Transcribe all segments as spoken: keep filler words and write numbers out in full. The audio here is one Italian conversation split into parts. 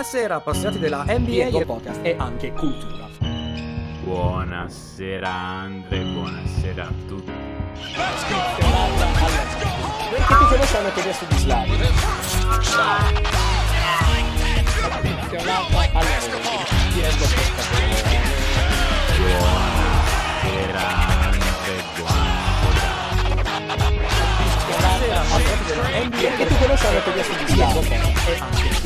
Buonasera appassionati della N B A e podcast e anche cultura. Buonasera Andre, buonasera a tutti. Let's go! Let's go! Che cosa hanno chiesto di Slavio? Buonasera Andre, Buonasera appassionati della N B A Che cosa hanno chiesto di Slavio? e anche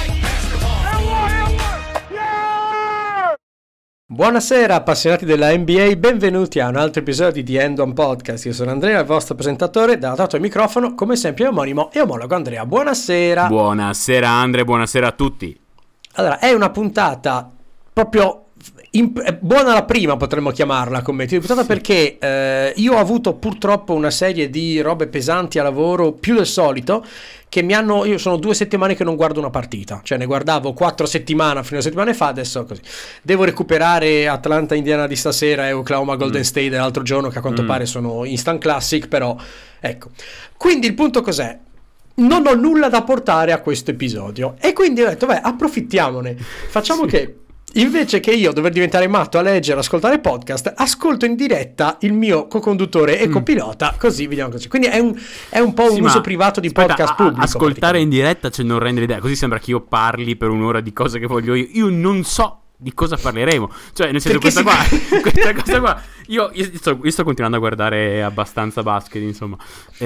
Buonasera appassionati della N B A, benvenuti a un altro episodio di The End On Podcast. Io sono Andrea, il vostro presentatore, dato il microfono, come sempre omonimo e omologo Andrea. Buonasera. Buonasera Andre, buonasera a tutti. Allora, è una puntata proprio imp- buona la prima, potremmo chiamarla come tipo di puntata, perché eh, io ho avuto purtroppo una serie di robe pesanti a lavoro, più del solito, che mi hanno, io sono due settimane che non guardo una partita, cioè ne guardavo quattro settimane fino a settimane fa, adesso così. Devo recuperare Atlanta Indiana di stasera e Oklahoma Golden mm. State dell'altro giorno, che a quanto mm. pare sono instant classic, però ecco. Quindi il punto cos'è? Non ho nulla da portare a questo episodio e quindi ho detto, beh, approfittiamone, facciamo che invece che io dover diventare matto a leggere, ascoltare podcast, ascolto in diretta il mio co-conduttore e copilota, così vediamo così. Quindi è un, è un po' un sì, uso privato di aspetta, podcast pubblico. Ascoltare in diretta, cioè non rendere idea, così sembra che io parli per un'ora di cose che voglio io. Io non so di cosa parleremo, cioè nel senso questa, si... qua, questa cosa qua io, io, sto, io sto continuando a guardare abbastanza basket, insomma.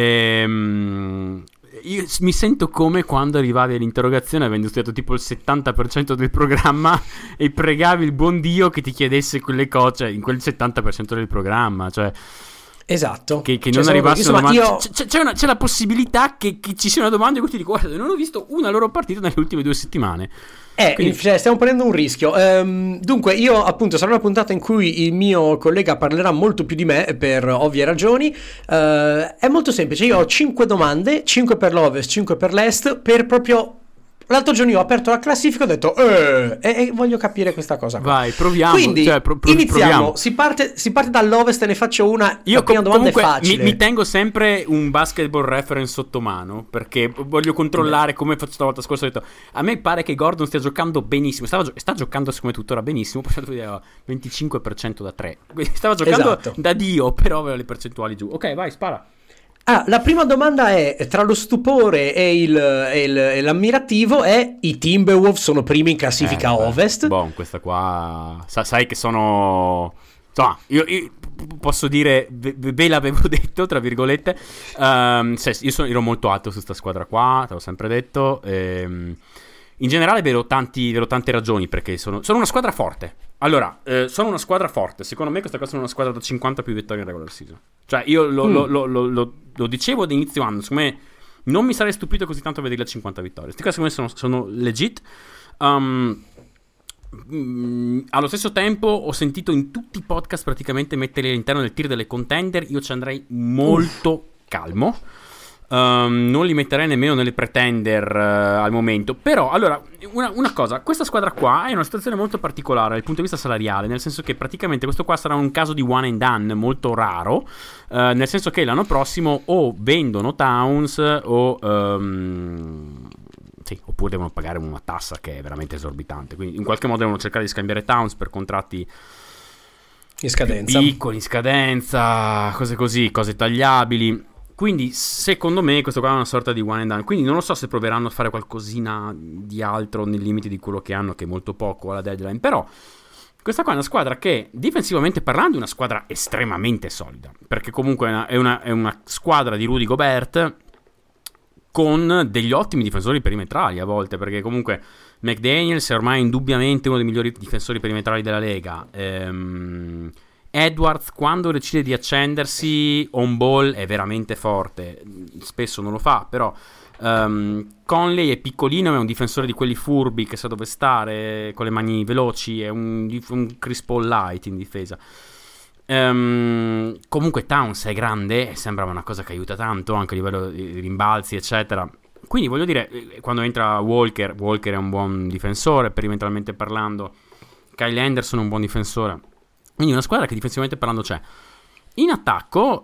Ehm... Io mi sento come quando arrivavi all'interrogazione avendo studiato tipo il settanta per cento del programma e pregavi il buon Dio che ti chiedesse quelle cose in quel settanta per cento del programma, cioè esatto, che, che cioè, non arrivasse una domanda. Io... C'è, c'è, una, c'è la possibilità che, che ci sia una domanda e cui ti dico guarda, non ho visto una loro partita nelle ultime due settimane. Eh, Quindi... cioè, stiamo prendendo un rischio. Ehm, dunque, io appunto sarà una puntata in cui il mio collega parlerà molto più di me per ovvie ragioni. Eh, è molto semplice. Io ho cinque domande, cinque per l'Ovest, cinque per l'Est, per proprio... L'altro giorno io ho aperto la classifica e ho detto eh, e, e voglio capire questa cosa qua. Vai, proviamo. Quindi cioè, pro, pro, iniziamo. Proviamo. Si parte, si parte dall'Ovest e ne faccio una. Io la prima com- domanda comunque è facile. Mi, mi tengo sempre un basketball reference sotto mano perché voglio controllare come faccio stavolta scorsa. Ho detto a me pare che Gordon stia giocando benissimo. Stava gio- sta giocando secondo me tuttora benissimo. Poi vedere venticinque per cento da tre. Stava giocando esatto. da Dio, però aveva le percentuali giù. Ok, vai, spara. Ah, la prima domanda è, tra lo stupore e, il, e, il, e l'ammirativo, è i Timberwolves sono primi in classifica eh, Ovest? Boh, questa qua sa, sai che sono... Insomma, io, io posso dire, ve, ve l'avevo detto, tra virgolette, um, se, io sono, ero molto alto su sta squadra qua, te l'ho sempre detto, ehm, in generale vedo, tanti, vedo tante ragioni perché sono, sono una squadra forte. Allora, eh, sono una squadra forte. Secondo me questa cosa è una squadra da cinquanta più vittorie in regular season. Cioè io lo, mm. lo, lo, lo, lo, lo dicevo ad inizio anno. Secondo me non mi sarei stupito così tanto a vedere le cinquanta vittorie. Queste cose secondo me sono, sono legit. um, mm, Allo stesso tempo ho sentito in tutti i podcast praticamente metterli all'interno del tier delle contender. Io ci andrei molto uh. calmo. Um, non li metterei nemmeno nelle pretender uh, al momento. Però, allora, una, una cosa, questa squadra qua è una situazione molto particolare dal punto di vista salariale, nel senso che praticamente questo qua sarà un caso di one and done molto raro, uh, nel senso che l'anno prossimo o vendono Towns o um, sì, oppure devono pagare una tassa che è veramente esorbitante. Quindi in qualche modo devono cercare di scambiare Towns per contratti in scadenza, piccoli, in scadenza, cose così, cose tagliabili. Quindi secondo me questo qua è una sorta di one and done. Quindi non lo so se proveranno a fare qualcosina di altro nei limiti di quello che hanno, che è molto poco alla deadline. Però questa qua è una squadra che, difensivamente parlando, è una squadra estremamente solida, perché comunque è una, è una, è una squadra di Rudy Gobert con degli ottimi difensori perimetrali a volte, perché comunque McDaniels è ormai indubbiamente uno dei migliori difensori perimetrali della Lega. ehm Edwards, quando decide di accendersi on ball, è veramente forte. Spesso non lo fa, però um, Conley è piccolino, è un difensore di quelli furbi che sa dove stare, con le mani veloci, è un, un Chris Paul light in difesa. Um, comunque Towns è grande e sembra una cosa che aiuta tanto anche a livello di rimbalzi, eccetera. Quindi voglio dire, quando entra Walker, Walker è un buon difensore, perimetralmente parlando. Kyle Anderson è un buon difensore. Quindi una squadra che difensivamente parlando c'è. In attacco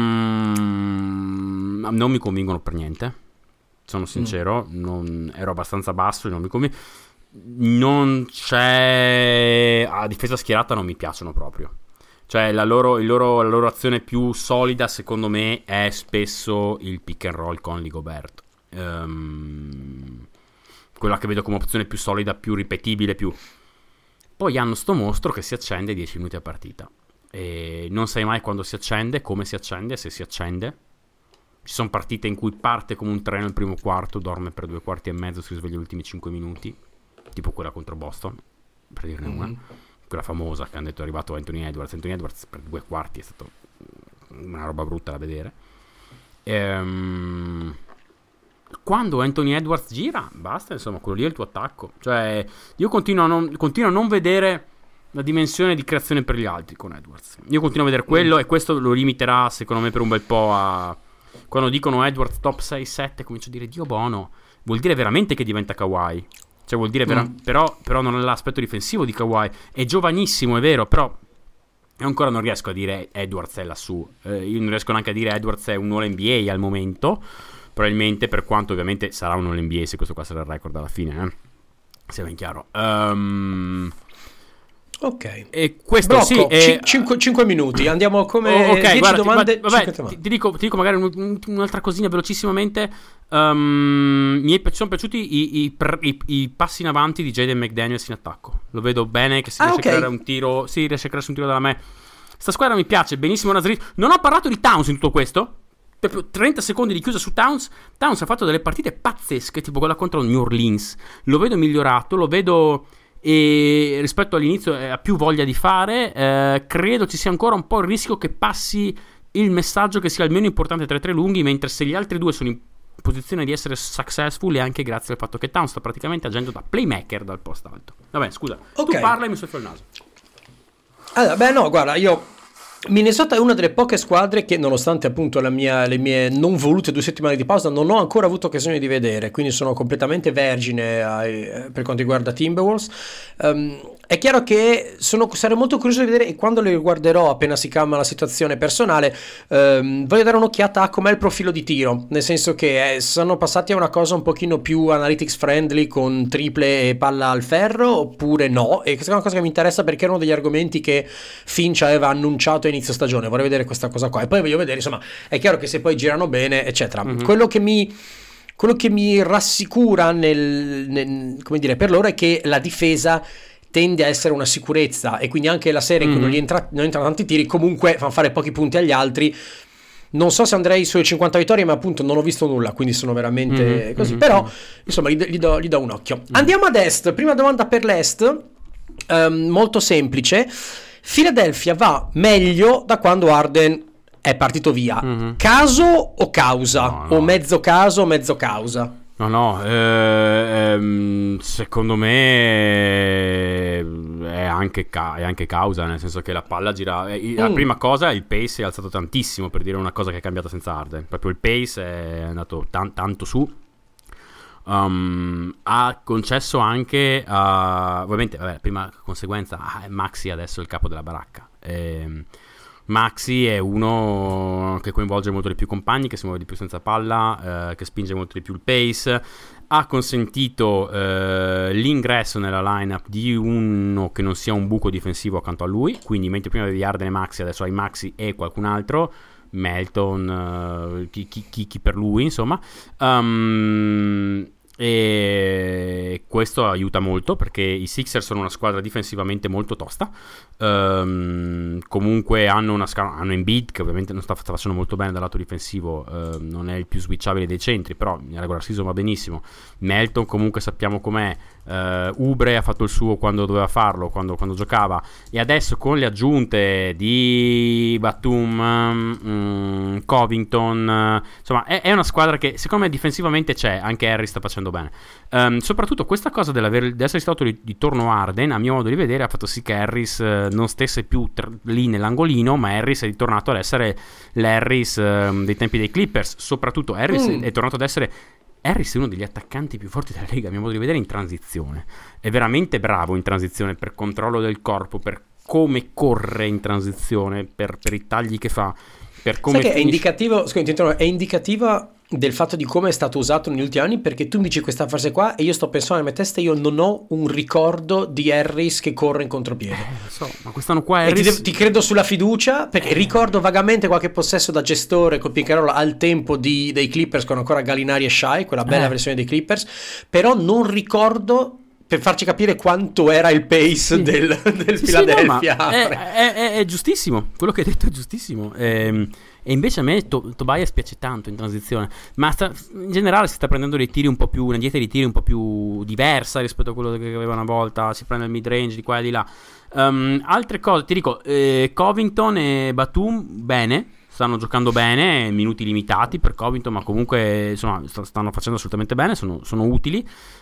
um, non mi convincono per niente, sono sincero, mm. non, ero abbastanza basso e non mi convincono. non c'è... a difesa schierata non mi piacciono proprio. Cioè la loro, il loro, la loro azione più solida secondo me è spesso il pick and roll con Ligobert. Um, quella che vedo come opzione più solida, più ripetibile, più... Poi hanno sto mostro che si accende dieci minuti a partita e non sai mai quando si accende, come si accende, se si accende. Ci sono partite in cui parte come un treno il primo quarto, dorme per due quarti e mezzo, si sveglia gli ultimi cinque minuti, tipo quella contro Boston, per dirne mm. una, quella famosa che hanno detto è arrivato Anthony Edwards. Anthony Edwards per due quarti è stato una roba brutta da vedere. Ehm, quando Anthony Edwards gira, basta, insomma, quello lì è il tuo attacco. Cioè, io continuo a non, continuo a non vedere la dimensione di creazione per gli altri con Edwards. Io continuo a vedere quello mm. e questo lo limiterà, secondo me, per un bel po' a... Quando dicono Edwards top sei sette, comincio a dire Dio buono, vuol dire veramente che diventa Kawhi. Cioè vuol dire vera- mm. però, però non è l'aspetto difensivo di Kawhi. È giovanissimo, è vero, però ancora non riesco a dire Edwards è lassù. Eh, io non riesco neanche a dire Edwards è un All N B A al momento, probabilmente, per quanto ovviamente sarà un All N B A se questo qua sarà il record alla fine, eh? Sia ben chiaro. Um, ok. E questo Blocco, sì, è... cinque minuti, andiamo come oh, ok, dieci guarda, domande, ti, vabbè, ti, ti, dico, ti dico magari un, un'altra cosina velocissimamente. Um, mi sono piaciuti i, i, i, i passi in avanti di Jaden McDaniels in attacco. Lo vedo bene che si ah, riesce okay. a creare un tiro. Sì, riesce a creare un tiro dalla me. Sta squadra mi piace benissimo. Non ho parlato di Towns in tutto questo. trenta secondi di chiusa su Towns. Towns ha fatto delle partite pazzesche, tipo quella contro New Orleans. Lo vedo migliorato, lo vedo... E rispetto all'inizio ha più voglia di fare. eh, credo ci sia ancora un po' il rischio che passi il messaggio che sia almeno importante tra i tre lunghi, mentre se gli altri due sono in posizione di essere successful è anche grazie al fatto che Towns sta praticamente agendo da playmaker dal post alto. Vabbè, scusa, okay. Tu parla e mi soffio il naso. Allora, beh no, guarda, io Minnesota è una delle poche squadre che, nonostante appunto la mia, le mie non volute due settimane di pausa, non ho ancora avuto occasione di vedere, quindi sono completamente vergine ai, per quanto riguarda Timberwolves. Um, è chiaro che sono, sarei molto curioso di vedere, e quando le guarderò appena si calma la situazione personale, um, voglio dare un'occhiata a com'è il profilo di tiro, nel senso che eh, sono passati a una cosa un pochino più analytics friendly con triple e palla al ferro, oppure no, e questa è una cosa che mi interessa perché è uno degli argomenti che Finch aveva annunciato a inizio stagione. Vorrei vedere questa cosa qua e poi voglio vedere, insomma, è chiaro che se poi girano bene eccetera. Mm-hmm. quello che mi quello che mi rassicura nel, nel come dire per loro è che la difesa tende a essere una sicurezza, e quindi anche la serie in cui mm-hmm. non gli entra, non entrano tanti tiri, comunque fanno fare pochi punti agli altri. Non so se andrei sulle cinquanta vittorie, ma appunto non ho visto nulla, quindi sono veramente mm-hmm. così, mm-hmm. però insomma gli, gli, do, gli do un occhio. Mm-hmm. Andiamo ad est. Prima domanda per l'est, um, molto semplice. Philadelphia va meglio da quando Harden è partito via. Mm-hmm. Caso o causa? No, no. O mezzo caso o mezzo causa? No, no, eh, ehm, secondo me è anche, ca- è anche causa, nel senso che la palla gira. Eh, la mm. prima cosa, il pace è alzato tantissimo, per dire una cosa che è cambiata senza Harden. Proprio il pace è andato tan- tanto su. Um, ha concesso anche, uh, ovviamente, vabbè, prima conseguenza, ah, Maxi adesso è il capo della baracca. Eh, Maxi è uno che coinvolge molto di più compagni, che si muove di più senza palla, eh, che spinge molto di più il pace. Ha consentito eh, l'ingresso nella lineup di uno che non sia un buco difensivo accanto a lui. Quindi mentre prima avevi Harden e Maxi, adesso hai Maxi e qualcun altro, Melton, uh, chi, chi, chi, chi per lui, insomma. Um, e questo aiuta molto perché i Sixers sono una squadra difensivamente molto tosta. Um, comunque hanno una sca- hanno Embiid che ovviamente non sta, sta facendo molto bene dal lato difensivo, uh, non è il più switchabile dei centri, però in regular season va benissimo. Melton comunque sappiamo com'è. Uh, Oubre ha fatto il suo quando doveva farlo, quando, quando giocava, e adesso con le aggiunte di Batum, um, Covington, uh, insomma è, è una squadra che secondo me difensivamente c'è. Anche Harry sta facendo bene. Um, soprattutto questa cosa di essere stato di, di torno Harden, a mio modo di vedere, ha fatto sì che Harris uh, non stesse più tr- lì nell'angolino, ma Harris è ritornato ad essere l'Harris uh, dei tempi dei Clippers. Soprattutto Harris mm. è, è tornato ad essere Harris è uno degli attaccanti più forti della Lega, a mio modo di vedere, in transizione. È veramente bravo in transizione, per controllo del corpo, per come corre in transizione, per, per i tagli che fa, per come Sai che è indicativo, scusi, è indicativa del fatto di come è stato usato negli ultimi anni, perché tu mi dici questa frase qua e io sto pensando nella mia testa, io non ho un ricordo di Harris che corre in contropiede. Eh, lo so, ma quest'anno qua E ti, Harris... de- ti credo sulla fiducia, perché ricordo vagamente qualche possesso da gestore con pick and roll al tempo di, dei Clippers con ancora Gallinari e Shai, quella bella Eh. versione dei Clippers, però non ricordo, per farci capire quanto era il pace Sì. del, del Sì, sì, no, Philadelphia. ma è, è- è- è giustissimo, quello che hai detto è giustissimo. Ehm, E invece a me to- Tobias piace tanto in transizione, ma sta- in generale si sta prendendo dei tiri un po' più, una dieta di tiri un po' più diversa rispetto a quello che aveva una volta, si prende il mid range di qua e di là. Um, altre cose, ti dico, eh, Covington e Batum bene, stanno giocando bene, minuti limitati per Covington, ma comunque insomma st- stanno facendo assolutamente bene, sono, sono utili.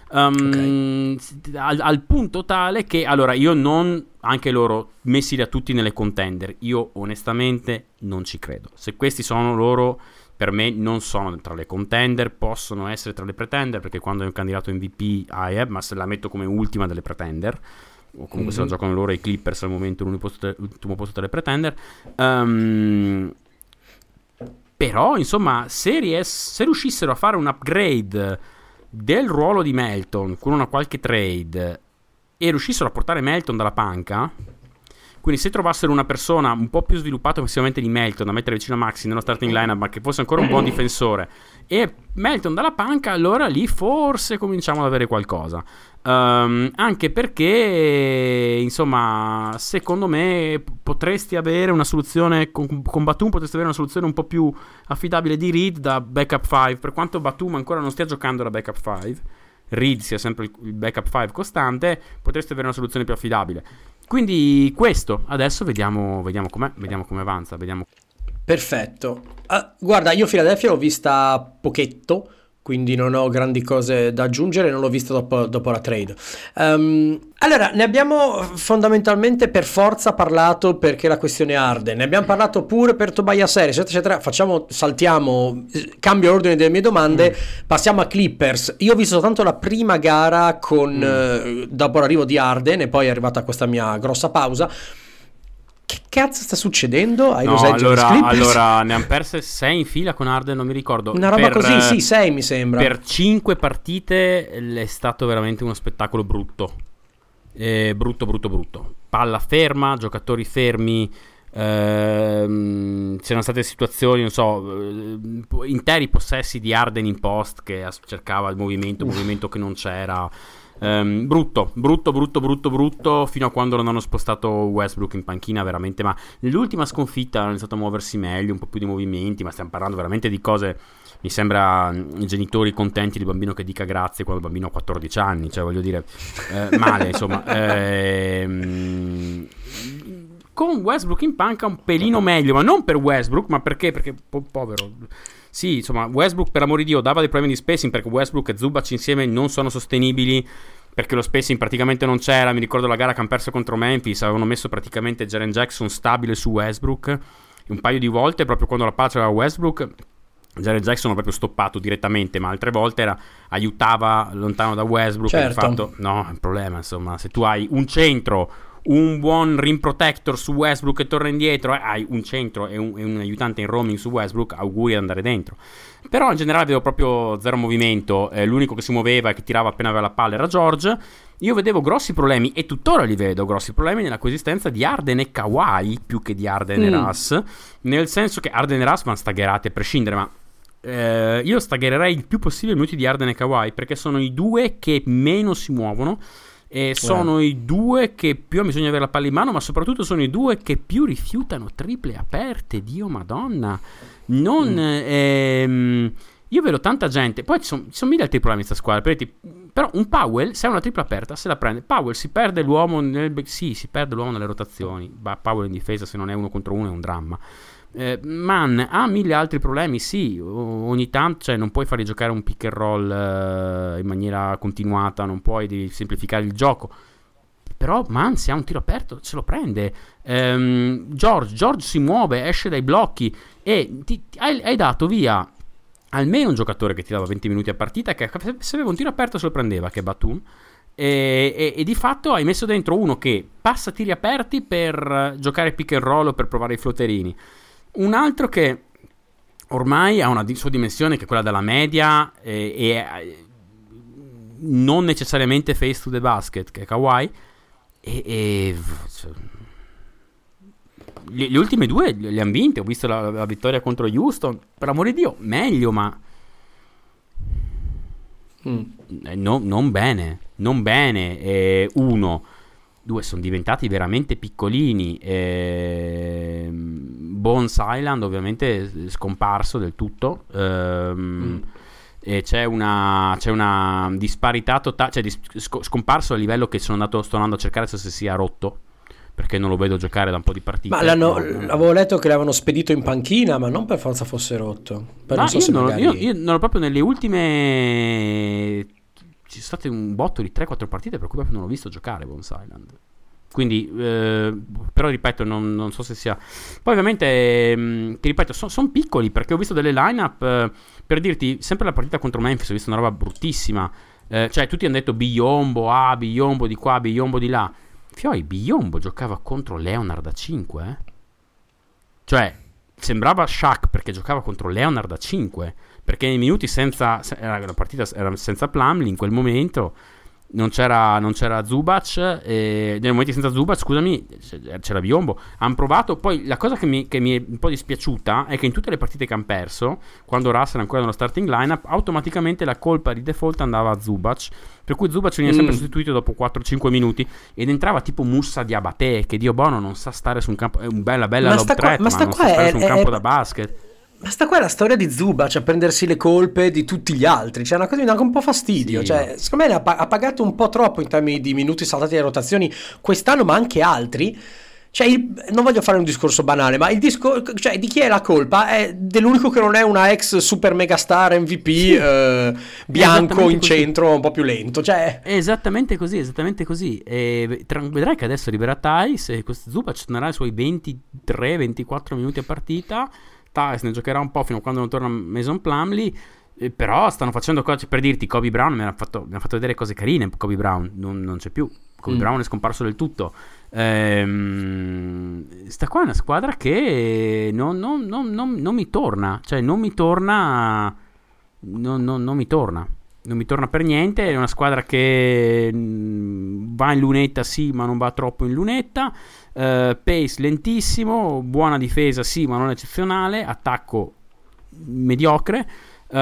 Um, al, al punto tale che allora io non, anche loro messi da tutti nelle contender, io onestamente non ci credo. Se questi sono loro, per me non sono tra le contender, possono essere tra le pretender, perché quando è un candidato M V P ah, ma se la metto come ultima delle pretender, o comunque mm-hmm. se la giocano loro i Clippers al momento l'ultimo posto, l'ultimo posto delle pretender. Um, però insomma se, ries- se riuscissero a fare un upgrade del ruolo di Melton con una qualche trade e riuscissero a portare Melton dalla panca, quindi se trovassero una persona un po' più sviluppata offensivamente di Melton da mettere vicino a Maxi nello starting lineup, ma che fosse ancora un buon difensore, e Melton dalla panca, allora lì forse cominciamo ad avere qualcosa. Um, anche perché insomma secondo me potresti avere una soluzione con, con Batum, potresti avere una soluzione un po' più affidabile di Reed da backup cinque, per quanto Batum ancora non stia giocando da backup cinque, Reed sia sempre il, il backup cinque costante, potresti avere una soluzione più affidabile. Quindi questo, adesso vediamo, vediamo com'è, vediamo come avanza, vediamo. Perfetto. Uh, guarda, io Philadelphia l'ho vista pochetto, quindi non ho grandi cose da aggiungere, non l'ho vista dopo, dopo la trade. Um, allora, ne abbiamo fondamentalmente per forza parlato perché la questione Harden, ne abbiamo parlato pure per Tobias Harris, eccetera, eccetera. Facciamo, saltiamo, cambio l'ordine delle mie domande, mm. passiamo a Clippers. Io ho visto soltanto la prima gara con, mm. eh, dopo l'arrivo di Harden e poi è arrivata questa mia grossa pausa. Che cazzo sta succedendo ai no, Los Angeles allora, Clippers? Allora, ne hanno perse sei in fila con Harden, non mi ricordo. Una roba per, così, sì, sei mi sembra. Per cinque partite è stato veramente uno spettacolo brutto. Eh, brutto, brutto, brutto. Palla ferma, giocatori fermi. Ehm, c'erano state situazioni, non so, eh, interi possessi di Harden in post che as- cercava il movimento, il movimento che non c'era. Um, brutto, brutto, brutto, brutto, brutto, fino a quando non hanno spostato Westbrook in panchina, veramente. Ma nell'ultima sconfitta hanno iniziato a muoversi meglio, un po' più di movimenti, ma stiamo parlando veramente di cose, mi sembra, i genitori contenti del bambino che dica grazie quando il bambino ha quattordici anni, cioè voglio dire, eh, male, insomma. Ehm, con Westbrook in panca un pelino meglio, ma non per Westbrook, ma perché? Perché po- povero. Sì, insomma, Westbrook, per amor di Dio, dava dei problemi di spacing, perché Westbrook e Zubac insieme non sono sostenibili, perché lo spacing praticamente non c'era. Mi ricordo la gara che hanno perso contro Memphis, avevano messo praticamente Jaren Jackson stabile su Westbrook un paio di volte, proprio quando la palla c'era Westbrook, Jaren Jackson ha proprio stoppato direttamente, ma altre volte era, aiutava lontano da Westbrook. Certo. Il fatto, no, è un problema, insomma, se tu hai un centro, un buon rim protector su Westbrook e torna indietro, eh, hai un centro e un, e un aiutante in roaming su Westbrook, auguri ad andare dentro. Però in generale avevo proprio zero movimento, eh, l'unico che si muoveva e che tirava appena aveva la palla era George. Io vedevo grossi problemi, e tuttora li vedo, grossi problemi nella coesistenza di Harden e Kawhi più che di Harden mm. e Russ, nel senso che Harden e Russ vanno staggerati a prescindere, ma eh, io staggererei il più possibile i minuti di Harden e Kawhi, perché sono i due che meno si muovono, e sono eh. i due che più hanno bisogno di avere la palla in mano, ma soprattutto sono i due che più rifiutano triple aperte. Dio madonna, non mm. ehm, io vedo tanta gente, poi ci sono, ci sono mille altri problemi in questa squadra, perché, però un Powell, se ha una tripla aperta, se la prende. Powell si perde l'uomo nel, sì, si perde l'uomo nelle rotazioni. Bah, Powell in difesa, se non è uno contro uno, è un dramma. Eh, Man ha mille altri problemi, sì, ogni tanto, cioè, non puoi fargli giocare un pick and roll eh, in maniera continuata, non puoi devi semplificare il gioco, però Man, se ha un tiro aperto se lo prende. ehm, George, George si muove, esce dai blocchi, e ti, ti, hai, hai dato via almeno un giocatore che ti dava venti minuti a partita, che se aveva un tiro aperto se lo prendeva, che è Batum. E, e, e di fatto hai messo dentro uno che passa tiri aperti per giocare pick and roll o per provare i flotterini, un altro che ormai ha una di- sua dimensione che è quella della media e, e non necessariamente face to the basket, che è Kawhi, e, e cioè, le, le ultime due le hanno vinte. Ho visto la, la vittoria contro Houston, per amore di Dio, meglio, ma mm. eh, no, non bene, non bene. Eh, uno, due, sono diventati veramente piccolini. Eh, Bones Island ovviamente è scomparso del tutto. Eh, mm. E c'è una, c'è una disparità totale, cioè dis- sc- scomparso a livello che sono andato, sto andando a cercare se si sia rotto, perché non lo vedo giocare da un po' di partite. Ma l'hanno, no, avevo letto che l'avevano spedito in panchina, ma non per forza fosse rotto. Per no, non so io, se non, magari... io, io non ho proprio nelle ultime, ci sono state un botto di tre quattro partite per cui proprio non l'ho visto giocare Bones Island. Quindi, eh, però ripeto, non, non so se sia. Poi ovviamente, mh, ti ripeto, sono son piccoli, perché ho visto delle line-up, eh, per dirti, sempre la partita contro Memphis, ho visto una roba bruttissima. Eh, cioè, tutti hanno detto Biyombo, ah, Biyombo di qua, Biyombo di là. Fioi, Biyombo giocava contro Leonard a cinque, eh? Cioè, sembrava Shaq perché giocava contro Leonard a cinque, perché nei minuti senza, era, la partita era senza Plumlee in quel momento. Non c'era, non c'era Zubac, e nel momento senza Zubac, scusami, c'era Biyombo. Hanno provato. Poi la cosa che mi, che mi è un po' dispiaciuta è che in tutte le partite che hanno perso, quando Russell ancora nello starting lineup, automaticamente la colpa di default andava a Zubac, per cui Zubac veniva mm. sempre sostituito dopo quattro cinque minuti ed entrava tipo Moussa Diabaté, che Dio buono non sa stare su un campo, è un bella bella lob threat, ma, ma non sa stare è, su un è, campo è... da basket. Ma sta qua è la storia di Zubac a prendersi le colpe di tutti gli altri. Cioè, una cosa mi dà anche un po' fastidio. Sì, cioè, no. Secondo me ha, ha pagato un po' troppo in termini di minuti saltati e rotazioni quest'anno, ma anche altri. Cioè, il, non voglio fare un discorso banale, ma il discorso, cioè, di chi è la colpa? È dell'unico che non è una ex super megastar M V P sì. eh, bianco in così. Centro, un po' più lento. Cioè, è esattamente così, esattamente così. E tra, vedrai che adesso arriverà Thais e questo Zubac tornerà ai suoi ventitré ventiquattro minuti a partita. Thais ne giocherà un po' fino a quando non torna Mason Plumlee, eh, però stanno facendo cose, per dirti, Kobe Brown mi ha fatto, mi ha fatto vedere cose carine. Kobe Brown non, non c'è più, Kobe mm. Brown è scomparso del tutto. Ehm, sta qua è una squadra che non, non, non, non, non mi torna, cioè non mi torna, non, non, non mi torna. Non mi torna per niente. È una squadra che va in lunetta sì, ma non va troppo in lunetta. Uh, pace lentissimo, buona difesa sì, ma non eccezionale. Attacco mediocre. Uh,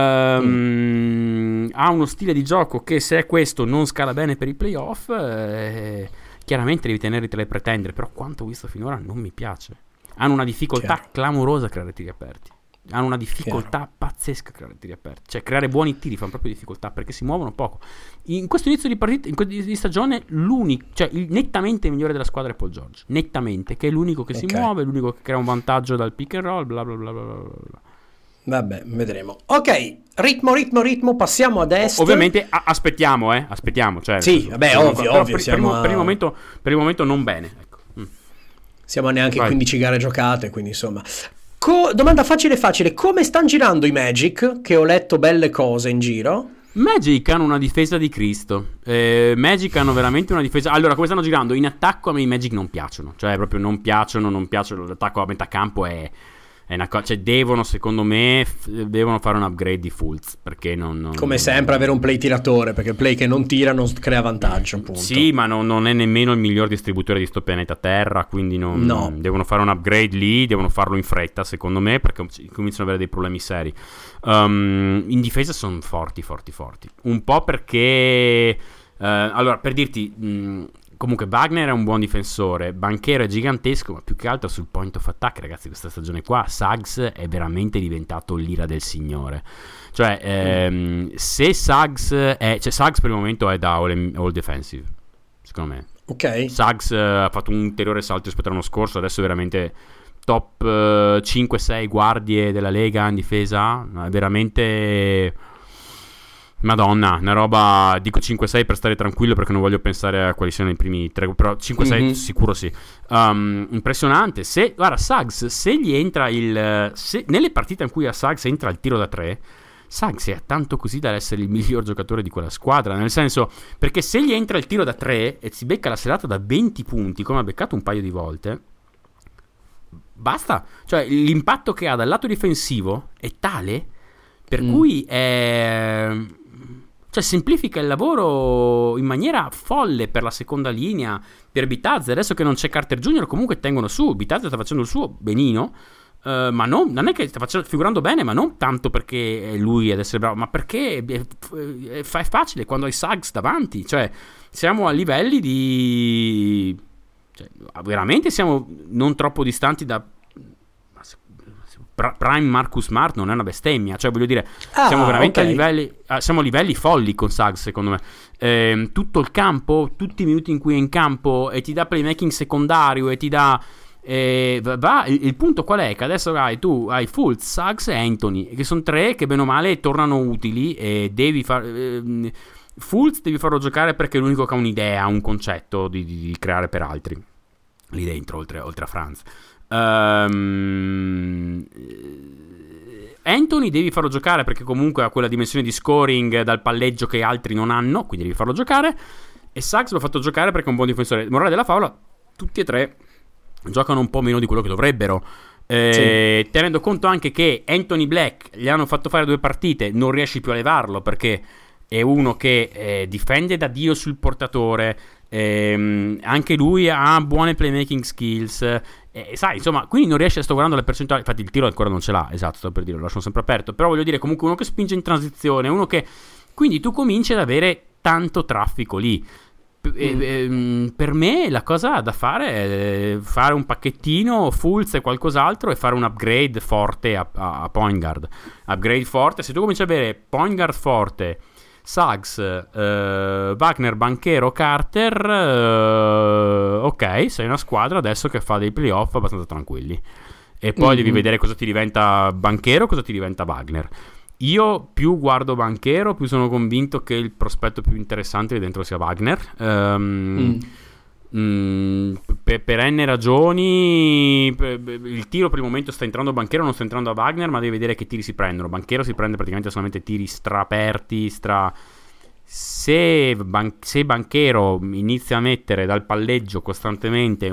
mm. Ha uno stile di gioco che, se è questo, non scala bene per i playoff. Eh, chiaramente devi tenere tra le pretendere, però quanto ho visto finora non mi piace. Hanno una difficoltà Chiaro. clamorosa a creare tiri aperti. Hanno una difficoltà Chiaro. pazzesca a creare tiri aperti. Cioè, creare buoni tiri fanno proprio difficoltà perché si muovono poco. In questo inizio di partita, in questo di stagione, l'unico, cioè il nettamente migliore della squadra è Paul George. Nettamente, che è l'unico che okay. si muove, l'unico che crea un vantaggio dal pick and roll, bla bla bla bla bla bla. Vabbè, vedremo. Ok, ritmo, ritmo, ritmo, passiamo ad est. Ovviamente a- aspettiamo, eh, aspettiamo. Cioè, sì, vabbè, ovvio, però, ovvio. Per, siamo per, a... per, il momento, per il momento non bene. Ecco. Mm. Siamo a neanche Vai. quindici gare giocate, quindi insomma... Co- domanda facile facile, come stanno girando i Magic? Che ho letto belle cose in giro. Magic hanno una difesa di Cristo. eh, Magic hanno veramente una difesa. Allora, come stanno girando? In attacco a me i Magic non piacciono. Cioè proprio non piacciono, non piacciono. L'attacco a metà campo è, è una cosa. Cioè devono, secondo me, f- devono fare un upgrade di Fultz, perché non, non Come non, sempre non... avere un play tiratore, perché il play che non tira non crea vantaggio, appunto. Sì, ma non, non è nemmeno il miglior distributore di sto pianeta Terra, quindi non, no. non devono fare un upgrade lì, devono farlo in fretta, secondo me, perché cominciano ad avere dei problemi seri. Um, in difesa sono forti, forti, forti. Un po' perché uh, allora, per dirti, mh, comunque Wagner è un buon difensore, Banchero è gigantesco, ma più che altro sul point of attack, ragazzi, questa stagione qua Suggs è veramente diventato l'ira del signore. Cioè, ehm, mm. se Suggs è, cioè Suggs per il momento è da all, all defensive, secondo me. Ok. Suggs uh, ha fatto un ulteriore salto rispetto all'anno scorso, adesso è veramente top uh, cinque sei guardie della Lega in difesa, è veramente... Madonna, una roba, dico cinque sei per stare tranquillo perché non voglio pensare a quali siano i primi tre, però cinque sei mm-hmm. sicuro sì. Um, impressionante. Se, guarda, Suggs, se gli entra il... Se, nelle partite in cui a Suggs entra il tiro da tre, Suggs è tanto così da essere il miglior giocatore di quella squadra, nel senso, perché se gli entra il tiro da tre e si becca la serata da venti punti, come ha beccato un paio di volte, basta. Cioè, l'impatto che ha dal lato difensivo è tale per mm. cui è... cioè semplifica il lavoro in maniera folle per la seconda linea, per Bitadze. Adesso che non c'è Carter Junior comunque tengono su, Bitadze sta facendo il suo benino, uh, ma non, non è che sta facendo, figurando bene, ma non tanto perché è lui ad essere bravo, ma perché è, è, è facile quando hai Suggs davanti. Cioè siamo a livelli di... cioè, veramente siamo non troppo distanti da... Prime Marcus Smart non è una bestemmia, cioè voglio dire, ah, siamo veramente okay. a livelli ah, siamo a livelli folli con Suggs, secondo me. Eh, tutto il campo, tutti i minuti in cui è in campo, e ti dà playmaking secondario, e ti dà eh, va, il, il punto qual è? Che adesso hai tu hai Fultz, Suggs e Anthony, che sono tre che bene o male tornano utili, e devi far eh, Fultz devi farlo giocare perché è l'unico che ha un'idea, un concetto di, di, di creare per altri lì dentro, oltre, oltre a Franz. Um, Anthony devi farlo giocare perché comunque ha quella dimensione di scoring dal palleggio che altri non hanno, quindi devi farlo giocare. E Suggs l'ho fatto giocare perché è un buon difensore. Morale della favola, tutti e tre giocano un po' meno di quello che dovrebbero, eh, sì. tenendo conto anche che Anthony Black gli hanno fatto fare due partite, non riesci più a levarlo perché è uno che eh, difende da Dio sul portatore, ehm, anche lui ha buone playmaking skills, eh, sai, insomma, quindi non riesce, sto guardando le percentuali, infatti il tiro ancora non ce l'ha, esatto, sto per dire, lo lasciano sempre aperto, però voglio dire, comunque uno che spinge in transizione, uno che, quindi tu cominci ad avere tanto traffico lì. Mm. E, e, per me la cosa da fare è fare un pacchettino Fultz e qualcos'altro e fare un upgrade forte a, a, a point guard, upgrade forte, se tu cominci ad avere point guard forte, Suggs, eh, Wagner, Banchero, Carter, eh, ok, sei una squadra adesso che fa dei playoff abbastanza tranquilli, e poi mm-hmm. devi vedere cosa ti diventa Banchero, cosa ti diventa Wagner. Io più guardo Banchero, più sono convinto che il prospetto più interessante lì dentro sia Wagner. Um, mm. Mm, per, per n ragioni, per, il tiro per il momento sta entrando Banchero, non sta entrando a Wagner, ma devi vedere che tiri si prendono. Banchero si prende praticamente solamente tiri straperti, stra... Se, ban- se Banchero inizia a mettere dal palleggio costantemente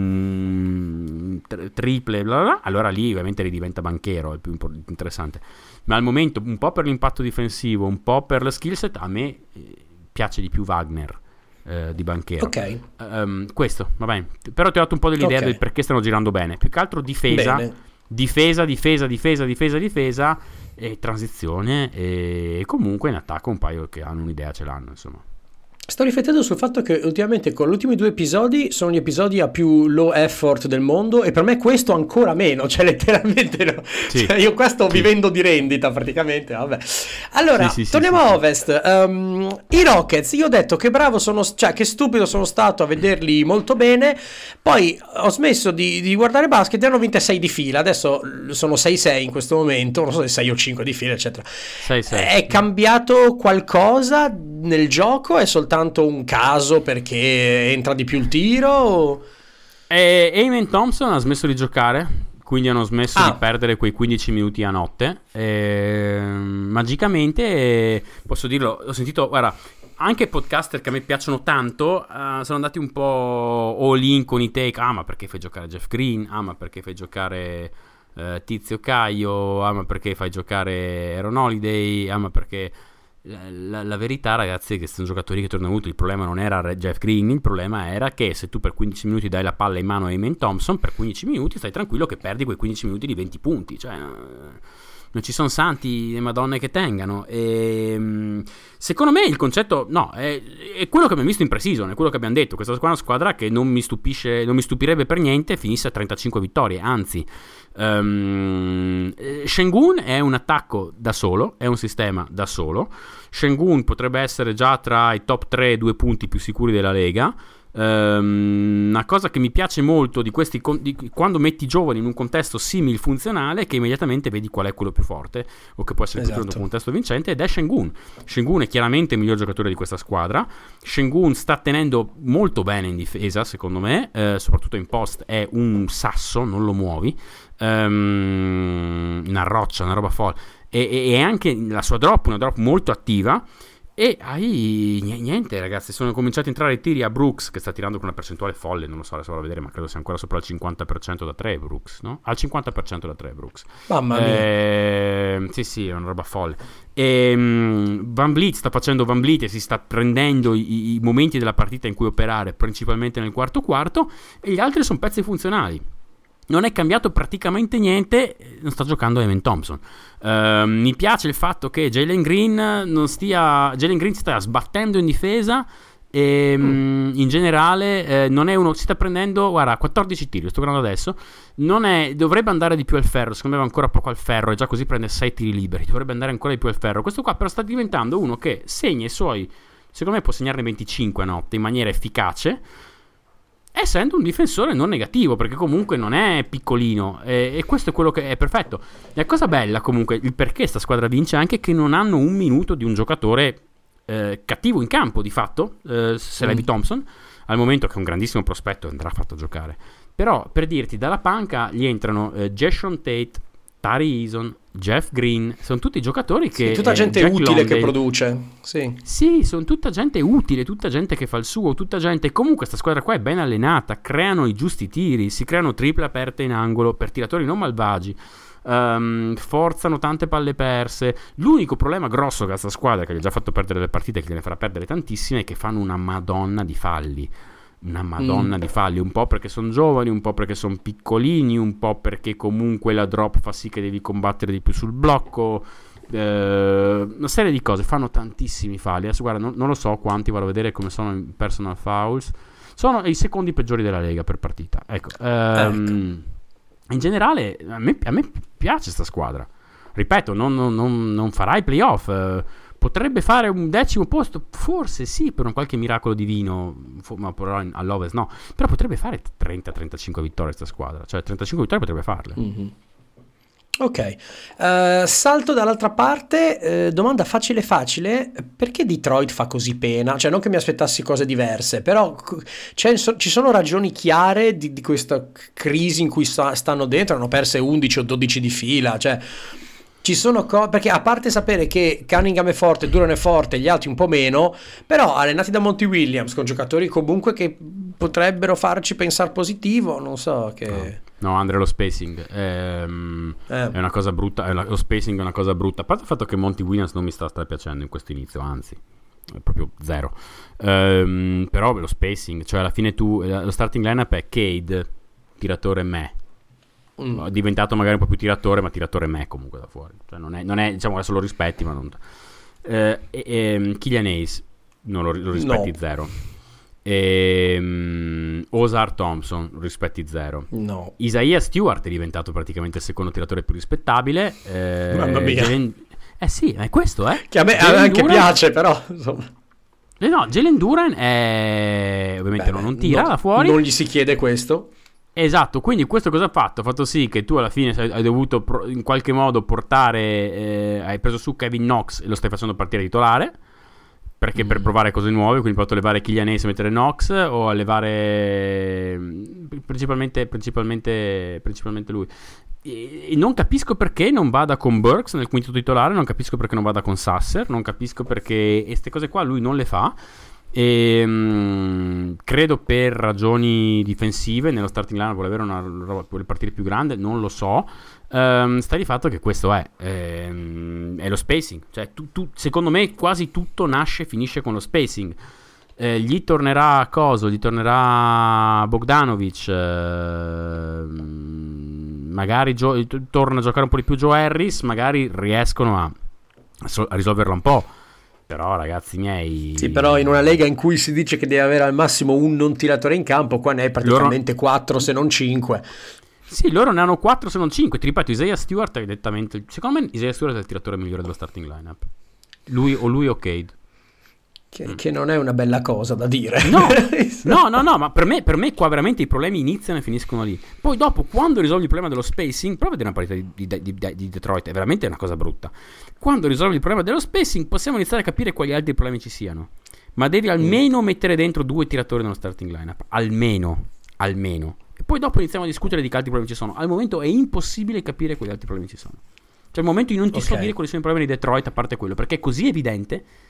un tri- triple bla bla bla, allora lì ovviamente ridiventa Banchero, è il più imp- interessante. Ma al momento, un po' per l'impatto difensivo, un po' per le skill set, a me eh, piace di più Wagner eh, di Banchero. Ok. Um, questo, va bene. Però ti ho dato un po' dell'idea okay. del perché stanno girando bene. Più che altro difesa, bene. difesa, difesa, difesa, difesa, difesa, e transizione, e comunque in attacco un paio che hanno un'idea ce l'hanno, insomma. Sto riflettendo sul fatto che ultimamente con gli ultimi due episodi sono gli episodi a più low effort del mondo, e per me questo ancora meno, cioè letteralmente no. Sì. Cioè, io qua sto sì. vivendo di rendita praticamente, vabbè. Allora, sì, sì, torniamo sì, a sì, Ovest. Um, I Rockets, io ho detto che bravo sono, cioè che stupido sono stato a vederli molto bene, poi ho smesso di, di guardare basket e hanno vinte sei di fila, adesso sono sei sei in questo momento, non so se sei o cinque di fila eccetera. sei sei È cambiato qualcosa nel gioco? È soltanto un caso perché entra di più il tiro? O... E Amen Thompson ha smesso di giocare, quindi hanno smesso ah. di perdere quei quindici minuti a notte. E, magicamente, posso dirlo, ho sentito, guarda, anche podcaster che a me piacciono tanto uh, sono andati un po' all in con i take. Ah, ma perché fai giocare Jeff Green? Ah, ma perché fai giocare uh, Tizio Caio? Ah, ma perché fai giocare Aaron Holiday? Ah, ma perché... La, la, la verità, ragazzi, è che sono giocatori che tornano utili. Il problema non era Jeff Green, il problema era che se tu per quindici minuti dai la palla in mano a Amen Thompson, per quindici minuti stai tranquillo che perdi quei quindici minuti di venti punti. Cioè, non ci sono santi e madonne che tengano. E, secondo me il concetto, no, è, è quello che abbiamo visto in pre-season, è quello che abbiamo detto. Questa qua è una squadra che non mi stupisce, non mi stupirebbe per niente finisse a trentacinque vittorie, anzi. Um, Sengun è un attacco da solo, è un sistema da solo. Sengun potrebbe essere già tra i top tre due punti più sicuri della Lega. Um, una cosa che mi piace molto di questi con- di, quando metti giovani in un contesto simil funzionale è che immediatamente vedi qual è quello più forte o che può essere esatto. più in un contesto vincente, ed è Sengun. Sengun è chiaramente il miglior giocatore di questa squadra. Sengun sta tenendo molto bene in difesa, secondo me, eh, soprattutto in post è un sasso, non lo muovi. Um, una roccia, una roba folle, e, e, e anche la sua drop, una drop molto attiva. E hai niente, ragazzi, sono cominciati a entrare i tiri a Brooks, che sta tirando con una percentuale folle, non lo so, adesso vado a vedere, ma credo sia ancora sopra il cinquanta per cento da tre Brooks, no? Al cinquanta per cento da tre Brooks. Mamma mia. Eh, sì, sì, è una roba folle. E um, Van Vliet sta facendo Van Vliet e si sta prendendo i, i momenti della partita in cui operare, principalmente nel quarto quarto, e gli altri sono pezzi funzionali. Non è cambiato praticamente niente, non sta giocando Evan Thompson. Uh, mi piace il fatto che Jalen Green non stia Jalen Green stia sbattendo in difesa e mm. in generale eh, non è uno, si sta prendendo, guarda, quattordici tiri, lo sto guardando adesso, non è, dovrebbe andare di più al ferro, secondo me va ancora poco al ferro e già così prende sei tiri liberi, dovrebbe andare ancora di più al ferro. Questo qua però sta diventando uno che segna i suoi, secondo me può segnarne venticinque a notte in maniera efficace, essendo un difensore non negativo, perché comunque non è piccolino, e, e questo è quello che è perfetto. La cosa bella comunque, il perché sta squadra vince, è anche che non hanno un minuto di un giocatore eh, cattivo in campo, di fatto, eh, se Levi mm. Thompson, al momento, che è un grandissimo prospetto, andrà fatto giocare. Però, per dirti, dalla panca gli entrano eh, Jason Tate, Tari Eason, Jeff Green, sono tutti giocatori che... Sì, tutta gente eh, utile Londale, che produce. Sì. Sì, sono tutta gente utile, tutta gente che fa il suo, tutta gente... Comunque sta squadra qua è ben allenata, creano i giusti tiri, si creano triple aperte in angolo per tiratori non malvagi, um, forzano tante palle perse. L'unico problema grosso che ha sta squadra, che gli ha già fatto perdere le partite e che ne farà perdere tantissime, è che fanno una madonna di falli. Una madonna mm. di falli, un po' perché sono giovani, un po' perché sono piccolini, un po' perché comunque la drop fa sì che devi combattere di più sul blocco, eh, una serie di cose, fanno tantissimi falli. Adesso guarda, non, non lo so quanti, vado a vedere come sono in personal fouls, sono i secondi peggiori della Lega per partita, ecco, ehm, ecco. In generale a me, a me piace sta squadra, ripeto, non, non, non, non farà i playoff, eh, potrebbe fare un decimo posto, forse sì, per un qualche miracolo divino, ma però all'Ovest no. Però potrebbe fare trenta trentacinque vittorie questa squadra, cioè trentacinque vittorie potrebbe farle. Mm-hmm. Ok, uh, salto dall'altra parte, uh, domanda facile facile, perché Detroit fa così pena? Cioè non che mi aspettassi cose diverse, però c'è, ci sono ragioni chiare di, di questa crisi in cui sta, stanno dentro, hanno perse undici o dodici di fila, cioè... Ci sono cose, perché a parte sapere che Cunningham è forte, Duran è forte, gli altri un po' meno, però allenati da Monty Williams, con giocatori comunque che potrebbero farci pensare positivo, non so che... No, no Andre, lo spacing ehm, eh. è una cosa brutta, è una, lo spacing è una cosa brutta, a parte il fatto che Monty Williams non mi sta, sta piacendo in questo inizio, anzi, è proprio zero, ehm, però lo spacing, cioè alla fine tu, lo starting lineup è Cade, tiratore me, è diventato magari un po' più tiratore, ma tiratore me comunque da fuori, cioè non è, non è diciamo, adesso lo rispetti, ma non eh, e, e, Killian Hayes non lo, lo rispetti no. zero, e, um, Ozar Thompson lo rispetti zero, no. Isaiah Stewart è diventato praticamente il secondo tiratore più rispettabile, eh, mamma mia. Jalen, eh sì, è questo eh che a me Jalen anche Duran, piace, però insomma. Eh no, Jalen Duran è ovviamente Beh, non, non tira no, da fuori, non gli si chiede questo. Esatto, quindi questo cosa ha fatto? Ha fatto sì che tu alla fine hai dovuto pro- in qualche modo portare, eh, hai preso su Kevin Knox e lo stai facendo partire titolare, perché mm. per provare cose nuove, quindi hai fatto levare Killian Hayes e mettere Knox, o a levare principalmente, principalmente, principalmente lui. E, e non capisco perché non vada con Burks nel quinto titolare, non capisco perché non vada con Sasser, non capisco perché queste cose qua lui non le fa. E mh, credo per ragioni difensive nello starting line vuole avere una roba, vuole partire più grande, non lo so. Um, sta di fatto che questo è ehm, è lo spacing, cioè tu, tu, secondo me quasi tutto nasce e finisce con lo spacing. Eh, gli tornerà Coso, gli tornerà Bogdanovic, eh, magari gio- torna a giocare un po' di più Joe Harris, magari riescono a, a risolverla un po'. Però ragazzi miei, sì, però in una lega in cui si dice che deve avere al massimo un non tiratore in campo, qua ne hai praticamente quattro se non cinque. Sì, loro ne hanno quattro se non cinque. Ti ripeto, Isaiah Stewart è direttamente, secondo me Isaiah Stewart è il tiratore migliore dello starting lineup. Lui o lui o Cade. Che, mm. che non è una bella cosa da dire. No, no, no, no, ma per me, per me qua veramente i problemi iniziano e finiscono lì. Poi dopo, quando risolvi il problema dello spacing, prova a vedere una partita di, di, di, di Detroit, è veramente una cosa brutta. Quando risolvi il problema dello spacing, possiamo iniziare a capire quali altri problemi ci siano. Ma devi almeno mm. mettere dentro due tiratori nello starting lineup. Almeno, almeno. E poi dopo iniziamo a discutere di che altri problemi ci sono. Al momento è impossibile capire quali altri problemi ci sono. Cioè al momento io non ti okay. so dire quali sono i problemi di Detroit, a parte quello, perché è così evidente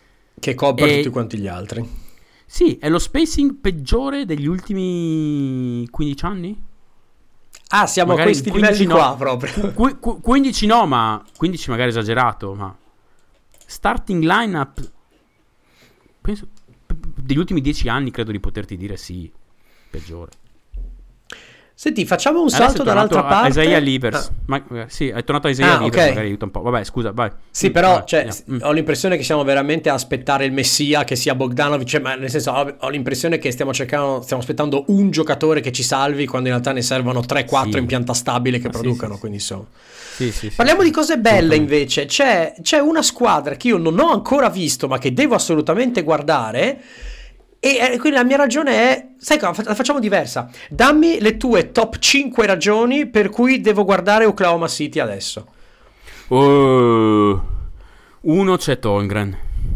Che copre E- tutti quanti gli altri. Sì, è lo spacing peggiore degli ultimi quindici anni? Ah, siamo Magari a questi quindici livelli no. qua proprio. Qu- qu- quindici no, ma quindici magari esagerato, ma starting lineup penso p- p- degli ultimi dieci anni credo di poterti dire sì, peggiore. Senti, facciamo un Adesso salto è tornato dall'altra a parte. Isaiah Livers. Ah. Ma, magari- sì, è tornato a Isaiah Ah, Livers, ok. magari aiuta un po'. Vabbè, scusa, vai. Sì, Mm, però vai, cioè, andiamo. Mm. ho l'impressione che siamo veramente a aspettare il messia, che sia Bogdanovic, cioè, ma nel senso ho, ho l'impressione che stiamo cercando, stiamo aspettando un giocatore che ci salvi quando in realtà ne servono tre quattro Sì. in pianta stabile che Ah, sì, producano, sì, sì. quindi insomma. Sì, sì, sì, Parliamo sì, di cose belle assolutamente. invece. C'è, c'è una squadra che io non ho ancora visto, ma che devo assolutamente guardare. E eh, quindi la mia ragione è, sai cosa, la facciamo diversa. Dammi le tue top cinque ragioni per cui devo guardare Oklahoma City adesso. Oh, uno c'è Holmgren.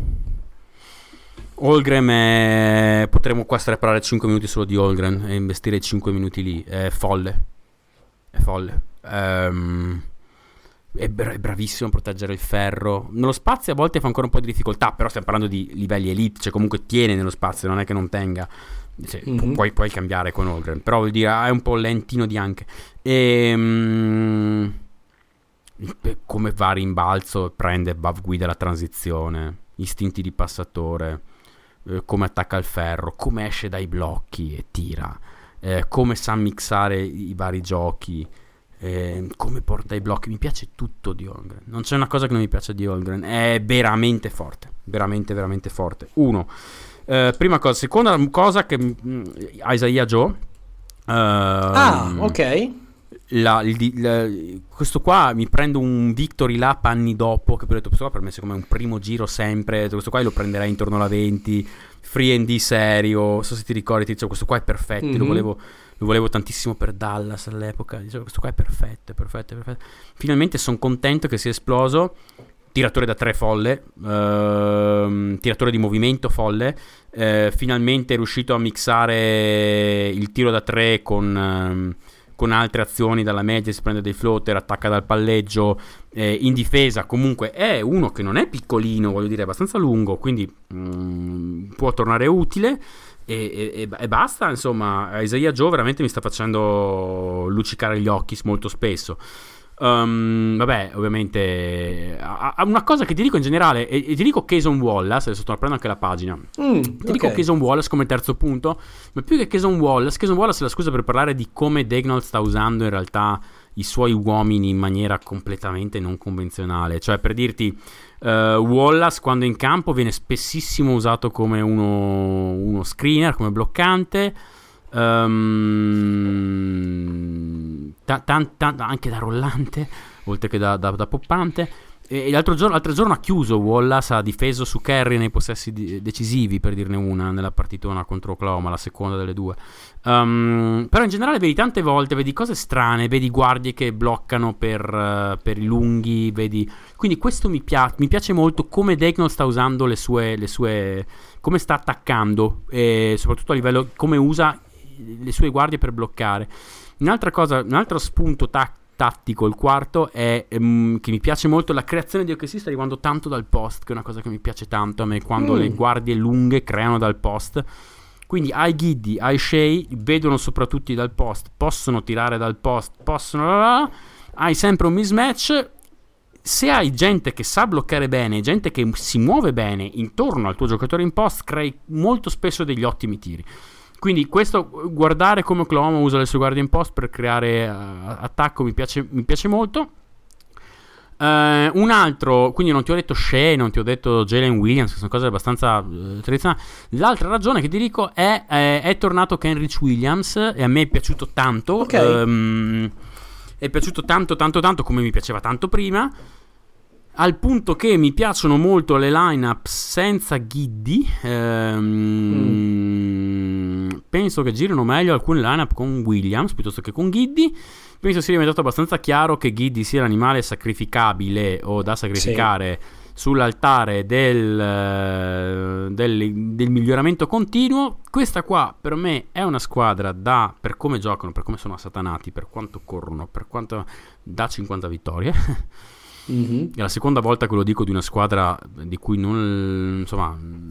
Holmgren è... Potremmo qua strapparare cinque minuti solo di Holmgren e investire cinque minuti lì. È folle. È folle. Ehm, È, bra- è bravissimo a proteggere il ferro. Nello spazio a volte fa ancora un po' di difficoltà, però stiamo parlando di livelli elite, cioè comunque tiene nello spazio, non è che non tenga. Cioè, pu- Mhm. puoi, puoi cambiare con Holmgren, però vuol dire è un po' lentino di anche. E come va a rimbalzo, prende, va, guida la transizione, istinti di passatore, eh, come attacca il ferro, come esce dai blocchi e tira, eh, come sa mixare i, i vari giochi, eh, come porta i blocchi. Mi piace tutto di Holmgren, non c'è una cosa che non mi piace di Holmgren, è veramente forte, veramente veramente forte. Uno, eh, prima cosa. Seconda cosa che mm, Isaiah Joe, Ah, ehm, ok. la- il- la- questo qua mi prendo un victory lap anni dopo, che poi ho detto questo qua per me secondo me è un primo giro sempre, questo qua lo prenderei intorno alla venti, free and D serio, non so se ti ricordi, ti dicevo questo qua è perfetto, Mhm. lo volevo lo volevo tantissimo per Dallas all'epoca, dicevo questo qua è perfetto, è perfetto, è perfetto. Finalmente sono contento che sia esploso. Tiratore da tre folle, ehm, tiratore di movimento folle, eh, finalmente è riuscito a mixare il tiro da tre con, ehm, con altre azioni dalla media, si prende dei floater, attacca dal palleggio, eh, in difesa comunque è uno che non è piccolino, voglio dire è abbastanza lungo, quindi mm, può tornare utile. E, e, e basta, insomma, Isaiah Joe veramente mi sta facendo luccicare gli occhi molto spesso. Um, vabbè, ovviamente a, a una cosa che ti dico in generale, e, e ti dico Cason Wallace, adesso sto aprendo anche la pagina. Mm, Ti dico ok. Cason Wallace come terzo punto, ma più che Cason Wallace, Cason Wallace è la scusa per parlare di come Daigneault sta usando in realtà i suoi uomini in maniera completamente non convenzionale. Cioè, per dirti, uh, Wallace quando è in campo viene spessissimo usato come uno, uno screener, come bloccante, um, ta- tan- tan- anche da rollante, oltre che da, da, da poppante. E l'altro giorno, l'altro giorno ha chiuso Wallace, ha difeso su Curry nei possessi di- decisivi, per dirne una, nella partitona contro Oklahoma, la seconda delle due. Um, però in generale vedi tante volte, vedi cose strane, vedi guardie che bloccano per, uh, per i lunghi, vedi... Quindi questo mi, pia- mi piace molto come Daigneault sta usando le sue, le sue... come sta attaccando, e soprattutto a livello... come usa le sue guardie per bloccare. Un'altra cosa, un altro spunto tattico tattico, il quarto è ehm, che mi piace molto, la creazione di O K C sta arrivando tanto dal post, che è una cosa che mi piace tanto a me, quando Mm. le guardie lunghe creano dal post. Quindi hai Giddey, hai Shea, vedono soprattutto dal post, possono tirare dal post, possono... hai sempre un mismatch. Se hai gente che sa bloccare bene, gente che si muove bene intorno al tuo giocatore in post, crei molto spesso degli ottimi tiri. Quindi questo, guardare come Oklahoma usa le sue guardie in post per creare uh, attacco mi piace, mi piace molto. Uh, un altro, quindi non ti ho detto Shea, non ti ho detto Jalen Williams, che sono cose abbastanza uh, tradizionali. L'altra ragione che ti dico è è, è tornato Kenrich Williams e a me è piaciuto tanto. Ok. Um, è piaciuto tanto tanto tanto come mi piaceva tanto prima, al punto che mi piacciono molto le lineup senza Giddey. ehm, mm. Penso che girino meglio alcune lineup con Williams piuttosto che con Giddey. Penso sia diventato abbastanza chiaro che Giddey sia l'animale sacrificabile o da sacrificare sì. sull'altare del, del, del miglioramento continuo. Questa qua per me è una squadra da, per come giocano, per come sono assatanati, per quanto corrono, per quanto da cinquanta vittorie. Mm-hmm. È la seconda volta che lo dico di una squadra di cui non, insomma,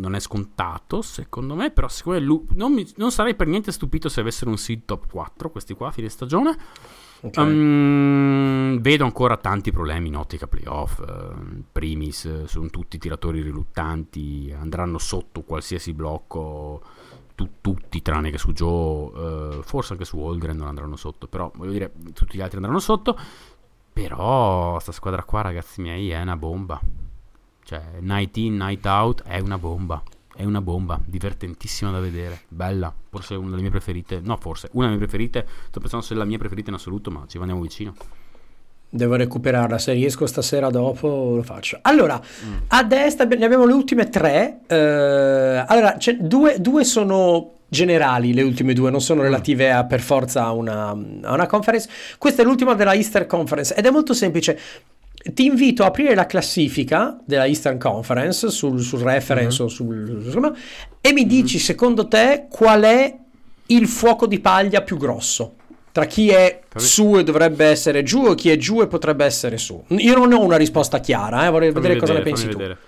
non è scontato secondo me, però secondo me lui, non, mi, non sarei per niente stupito se avessero un seed top quattro questi qua a fine stagione. Okay. Um, vedo ancora tanti problemi in ottica playoff. uh, primis uh, sono tutti tiratori riluttanti, andranno sotto qualsiasi blocco, tu, tutti tranne che su Joe, uh, forse anche su Holmgren non andranno sotto, però voglio dire tutti gli altri andranno sotto. Però sta squadra qua, ragazzi miei, è una bomba, cioè night in night out è una bomba. È una bomba, divertentissima da vedere, bella, forse una delle mie preferite, no forse, una delle mie preferite, sto pensando se è la mia preferita in assoluto, ma ci andiamo vicino. Devo recuperarla, se riesco stasera dopo lo faccio. Allora, mm. a destra ne abbiamo le ultime tre, eh, allora c'è due, due sono generali, le ultime due, non sono relative a, per forza a una, a una conference. Questa è l'ultima della Eastern Conference ed è molto semplice. Ti invito a aprire la classifica della Eastern Conference sul, sul reference mm-hmm. o sul, insomma, e mi dici mm-hmm. secondo te qual è il fuoco di paglia più grosso tra chi è su e dovrebbe essere giù e chi è giù e potrebbe essere su. Io non ho una risposta chiara, eh, vorrei fammi vedere, vedere cosa ne pensi fammi tu. Vedere.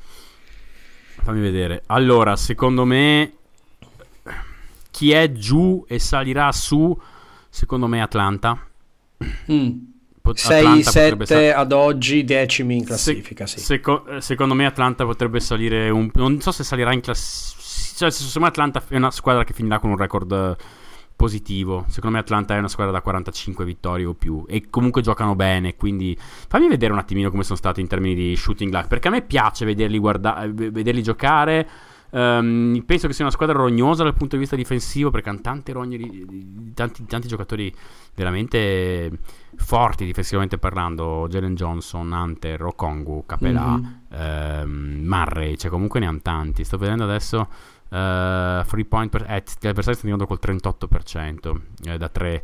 Fammi vedere. Allora, secondo me chi è giù e salirà su, secondo me Atlanta. Mm. sei sette sal- ad oggi, decimi in classifica. Se- sì. seco- secondo me Atlanta potrebbe salire un, non so se salirà in classifica, cioè secondo me Atlanta è una squadra che finirà con un record positivo. Secondo me Atlanta è una squadra da quarantacinque vittorie o più e comunque giocano bene, quindi fammi vedere un attimino come sono stati in termini di shooting luck, perché a me piace vederli, guarda- vederli giocare. Um, penso che sia una squadra rognosa dal punto di vista difensivo, perché hanno tante rogne di, di tanti, tanti giocatori veramente forti difensivamente parlando. Jalen Johnson, Hunter, Okongwu, Capela, mm-hmm. ehm, Murray, cioè comunque ne hanno tanti. Sto vedendo adesso uh, free point per, eh, gli avversari stanno andando col trentotto per cento eh, da tre.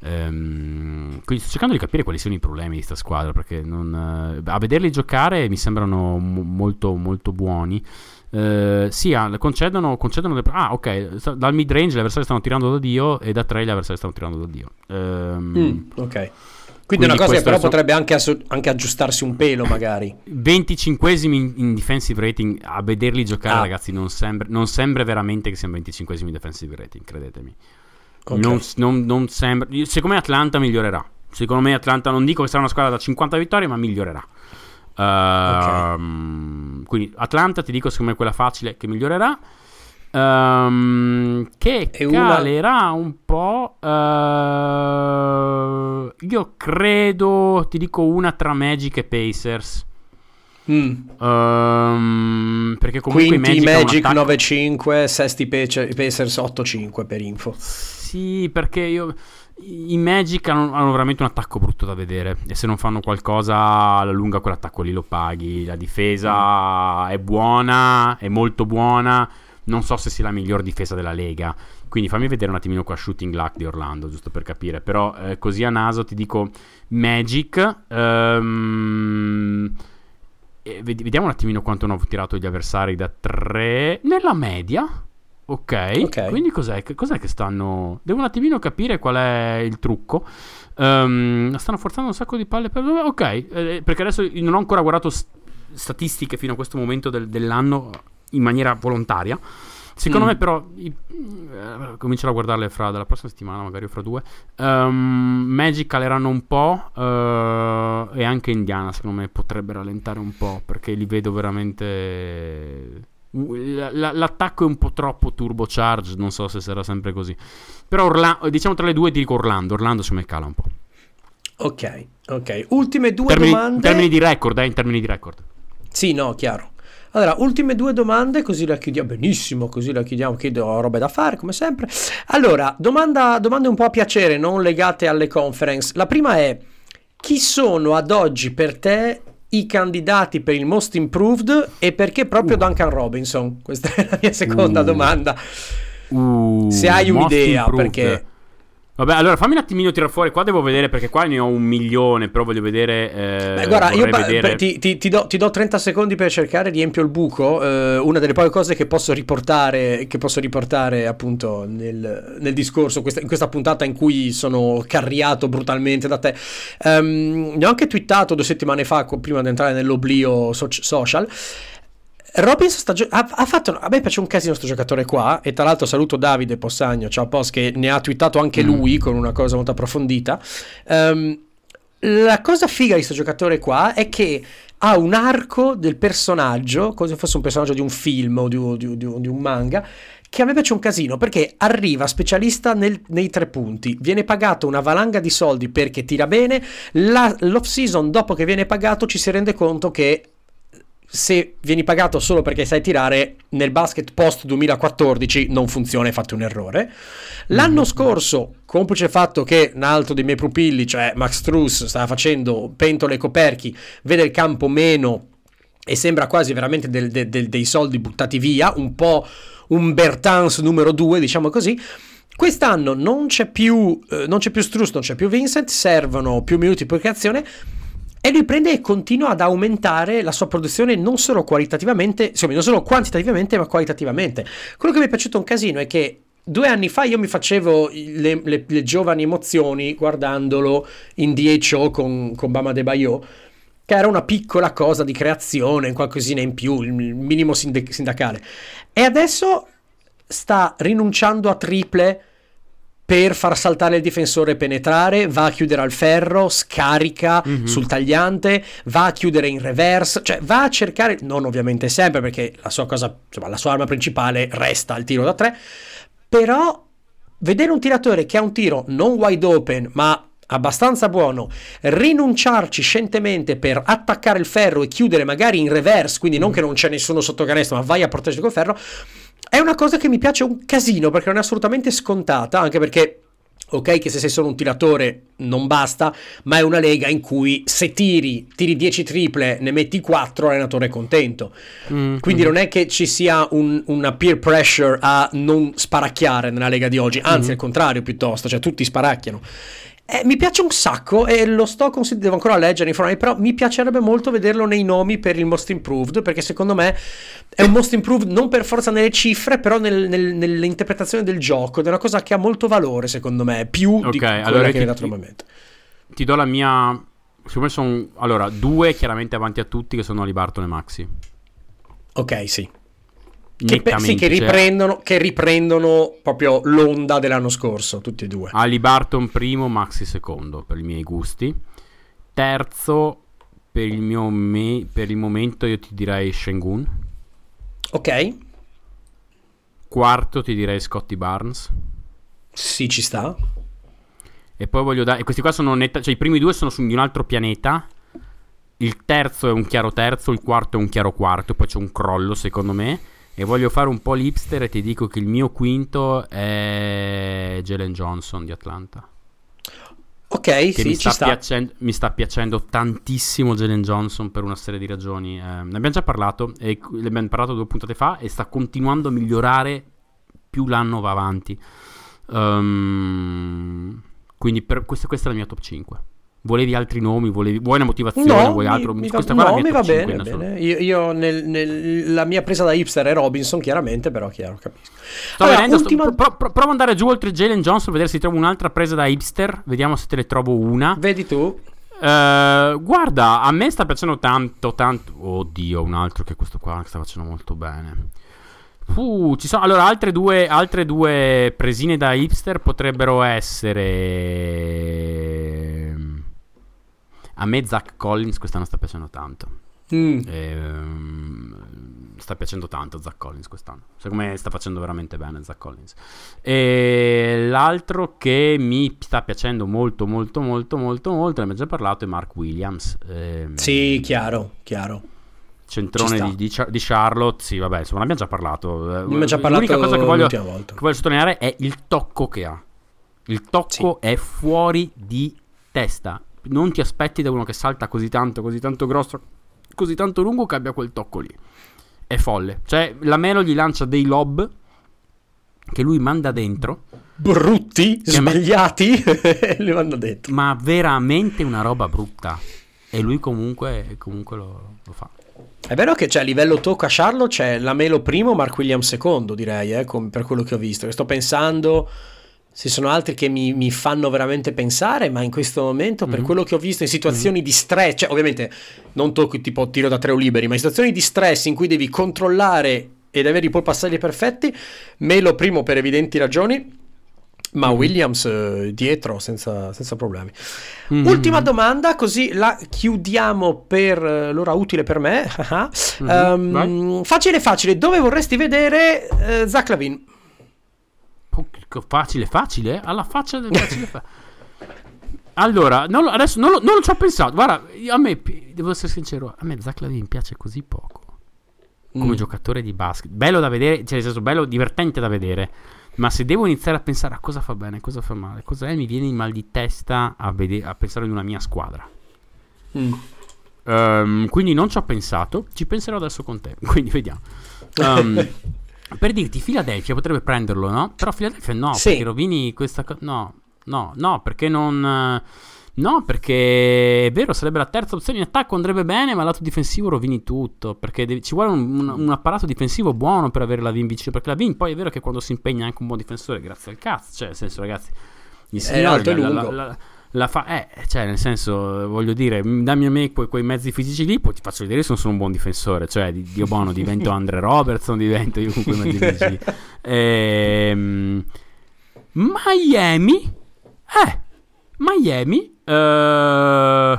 Um, quindi sto cercando di capire quali sono i problemi di questa squadra, perché non, uh, a vederli giocare mi sembrano mo- molto molto buoni. Uh, sì, ah, concedono, concedono le... ah ok, dal mid range gli avversari stanno tirando da Dio e da tre gli avversari stanno tirando da Dio. Um, mm, ok, quindi, quindi una cosa che però so... potrebbe anche, assu- anche aggiustarsi un pelo magari. venticinquesimi in, in defensive rating, a vederli giocare, ah. ragazzi, non sembra, non sembra veramente che siano venticinquesimi in defensive rating, credetemi. Okay. Non, non, non sembra. Secondo me Atlanta migliorerà. Secondo me Atlanta, non dico che sarà una squadra da cinquanta vittorie, ma migliorerà. Uh, okay. Quindi Atlanta, ti dico, secondo me è quella facile che migliorerà. Um, che e calerà una... un po'. Uh, io credo, ti dico una tra Magic e Pacers. Mm. Um, perché comunque quinti Magic, Magic attacco... nove cinque, sesti Pacers otto cinque per info. Sì, perché io i Magic hanno, hanno veramente un attacco brutto da vedere, e se non fanno qualcosa alla lunga quell'attacco lì lo paghi. La difesa mm. è buona, è molto buona, non so se sia la miglior difesa della Lega, quindi fammi vedere un attimino qua shooting luck di Orlando, giusto per capire. Però eh, così a naso ti dico Magic. um, Vediamo un attimino quanto hanno tirato gli avversari da tre nella media. Ok, okay. Quindi cos'è, cos'è che stanno... Devo un attimino capire qual è il trucco. um, Stanno forzando un sacco di palle per... Ok, eh, perché adesso non ho ancora guardato st- statistiche fino a questo momento del, dell'anno in maniera volontaria. Secondo mm. me però i, eh, comincerò a guardarle fra dalla prossima settimana, magari o fra due. um, Magic caleranno un po', uh, e anche Indiana secondo me potrebbe rallentare un po', perché li vedo veramente... L- l'attacco è un po' troppo turbocharge, non so se sarà sempre così. Però Orla- diciamo tra le due ti dico Orlando. Orlando secondo me cala un po'. Ok, ok. Ultime due termini, domande. In termini di record, eh, in termini di record. Sì, no, chiaro. Allora, ultime due domande, così la chiudiamo. Benissimo, così la chiudiamo, che ho robe da fare, come sempre. Allora, domanda, domande un po' a piacere, non legate alle conference. La prima è: chi sono ad oggi per te i candidati per il Most Improved e perché proprio uh. Duncan Robinson? Questa è la mia seconda uh. domanda. Uh, Se hai un'idea, improved. Perché... Vabbè, allora fammi un attimino tirare fuori. Qua devo vedere, perché qua ne ho un milione, però voglio vedere. Eh, Beh, guarda, io pa- vedere... ti, ti, ti, do, ti do trenta secondi per cercare, riempio il buco. Eh, una delle poche cose che posso riportare, che posso riportare appunto nel, nel discorso, questa, in questa puntata in cui sono carriato brutalmente da te. Um, ne ho anche twittato due settimane fa, prima di entrare nell'oblio so- social. Robinson sta gio- ha, ha fatto, a me piace un casino sto giocatore qua, e tra l'altro saluto Davide Possagno, ciao Pos, che ne ha twittato anche Mm. lui con una cosa molto approfondita. Ehm, la cosa figa di sto giocatore qua è che ha un arco del personaggio, come se fosse un personaggio di un film o di, un- di un- di un di un manga, che a me piace un casino, perché arriva specialista nel- nei tre punti, viene pagato una valanga di soldi perché tira bene, la, l'off season dopo che viene pagato ci si rende conto che se vieni pagato solo perché sai tirare, nel basket post duemilaquattordici non funziona, hai fatto un errore. L'anno Mm. scorso, complice il fatto che un altro dei miei pupilli, cioè Max Strus, stava facendo pentole e coperchi, vede il campo meno e sembra quasi veramente del- del- del- dei soldi buttati via, un po' un Bertans numero due, diciamo così. Quest'anno non c'è più eh, non c'è più Strus, non c'è più Vincent, servono più minuti per creazione, e lui prende e continua ad aumentare la sua produzione non solo qualitativamente, insomma, non solo quantitativamente, ma qualitativamente. Quello che mi è piaciuto un casino è che due anni fa io mi facevo le, le- le giovani emozioni guardandolo in D H O con, con Bam Adebayo, che era una piccola cosa di creazione, qualcosina in più, il minimo sinde- sindacale. E adesso sta rinunciando a triple per far saltare il difensore e penetrare, va a chiudere al ferro, scarica Mhm. sul tagliante, va a chiudere in reverse, cioè va a cercare, non ovviamente sempre, perché la sua cosa, insomma, la sua arma principale resta il tiro da tre, però vedere un tiratore che ha un tiro non wide open ma abbastanza buono, rinunciarci scientemente per attaccare il ferro e chiudere magari in reverse, quindi non che non c'è nessuno sotto canestro ma vai a proteggere col ferro, è una cosa che mi piace un casino, perché non è assolutamente scontata, anche perché ok che se sei solo un tiratore non basta, ma è una lega in cui se tiri tiri dieci triple, ne metti quattro, l'allenatore è contento. Mm, Quindi mm. non è che ci sia un- una peer pressure a non sparacchiare nella lega di oggi, anzi Mhm. al contrario piuttosto, cioè tutti sparacchiano. Eh, mi piace un sacco e lo sto considerando, devo ancora leggere, informare, però mi piacerebbe molto vederlo nei nomi per il Most Improved, perché secondo me è un Most Improved non per forza nelle cifre, però nel- nel- nell'interpretazione del gioco, ed è una cosa che ha molto valore secondo me, più di Ok, quella allora che ti- viene dato ti- al momento. Ti do la mia. Secondo me sono. Allora, due chiaramente avanti a tutti, che sono Ali Barton e Maxi. Ok, sì. Che, pe- Nettamente. sì, che cioè, riprendono, che riprendono proprio l'onda dell'anno scorso, tutti e due. Ali Barton primo, Maxi secondo, per i miei gusti. Terzo, per il mio me- per il momento io ti direi Şengün. Ok, Quarto ti direi Scotty Barnes. sì, ci sta. E poi voglio dare. E questi qua sono netta. Cioè, i primi due sono su di un altro pianeta. Il terzo è un chiaro terzo. Il quarto è un chiaro quarto. Poi c'è un crollo, secondo me. E voglio fare un po' l'hipster e ti dico che il mio quinto è Jalen Johnson di Atlanta. Ok, Che sì, mi, ci sta sta. piacendo, mi sta piacendo tantissimo Jalen Johnson per una serie di ragioni. Eh, ne abbiamo già parlato. E ne abbiamo parlato due puntate fa. E sta continuando a migliorare più l'anno va avanti. Um, quindi per, questa, questa è la mia top cinque. Volevi altri nomi? Volevi, vuoi una motivazione? No, vuoi mi, altro? mi va, Questa qua è la no, mia mi top va cinque bene, in assoluto. bene. Io, io nel, nel- la mia presa da hipster è Robinson, chiaramente, però chiaro, capisco. Sto Allora, vedendo, sto- ultima- pro- pro- provo ad andare giù oltre Jalen Johnson, vedere se trovo un'altra presa da hipster. Vediamo se te ne trovo una. Vedi tu? Eh, guarda, a me sta piacendo tanto, tanto. Oddio, un altro che è questo qua che sta facendo molto bene. Uh, ci sono allora altre due, altre due presine da hipster potrebbero essere. A me Zach Collins quest'anno sta piacendo tanto. Mm. Ehm, sta piacendo tanto Zach Collins quest'anno. Secondo me sta facendo veramente bene Zach Collins. E l'altro che mi sta piacendo molto molto molto molto molto, ne abbiamo già parlato, è Mark Williams. Ehm, Sì, chiaro, chiaro. centrone Ci sta. di, di, Char- di Charlotte. Sì, vabbè, insomma, ne abbiamo già parlato. Eh, Ne abbiamo già parlato L'unica cosa che voglio, l'ultima volta. che voglio sottolineare è il tocco che ha. Il tocco è fuori di testa. Non ti aspetti da uno che salta così tanto, così tanto grosso, così tanto lungo, che abbia quel tocco lì. È folle. Cioè, la Melo gli lancia dei lob che lui manda dentro, Brutti, Che a me- sbagliati, li vanno detto. ma veramente una roba brutta. E lui comunque, comunque lo, lo fa. È vero che c'è a livello tocco a Charlotte c'è la Melo primo, Mark Williams secondo, direi, eh, com- per quello che ho visto. Sto pensando, ci sono altri che mi, mi fanno veramente pensare, ma in questo momento, per Mhm. quello che ho visto in situazioni di stress, cioè ovviamente non tocco tipo tiro da tre o liberi, ma in situazioni di stress in cui devi controllare ed avere i polpastrelli perfetti, me lo primo per evidenti ragioni, ma Mhm. Williams eh, dietro senza, senza problemi. Mhm. Ultima domanda, così la chiudiamo per eh, l'ora utile per me. Mhm, Ehm, facile facile, dove vorresti vedere eh, Zach LaVine? Oh, che facile, facile? Alla faccia del facile fa- Allora, non lo- adesso non, lo, non ci ho pensato. Guarda, a me, devo essere sincero, a me Zach LaVine piace così poco come Mm. giocatore di basket. Bello da vedere, cioè nel senso bello, divertente da vedere. Ma se devo iniziare a pensare a cosa fa bene, cosa fa male, cosa è, mi viene il mal di testa a, vedere, a pensare ad una mia squadra. Mm. Ehm, quindi non ci ho pensato, ci penserò adesso con te. Quindi vediamo. Ehm, per dirti, Philadelphia potrebbe prenderlo, no? Però Philadelphia no, Sì. perché rovini questa cosa. No, no, no, perché non. No, perché è vero, sarebbe la terza opzione in attacco, andrebbe bene, ma lato difensivo rovini tutto. Perché devi- ci vuole un, un- un apparato difensivo buono per avere la Vin vicino. Perché la Vin poi è vero che quando si impegna è anche un buon difensore, grazie al cazzo. Cioè, nel senso, ragazzi, il signore alto e la- la- lungo. la- la fa, eh, cioè, nel senso, voglio dire, m- dammi a me que- quei mezzi fisici lì, poi ti faccio vedere se non sono un buon difensore. Cioè, di- Dio buono, divento Andre Robertson, divento io con quei mezzi fisici lì. Ehm, Miami, eh, Miami, eh,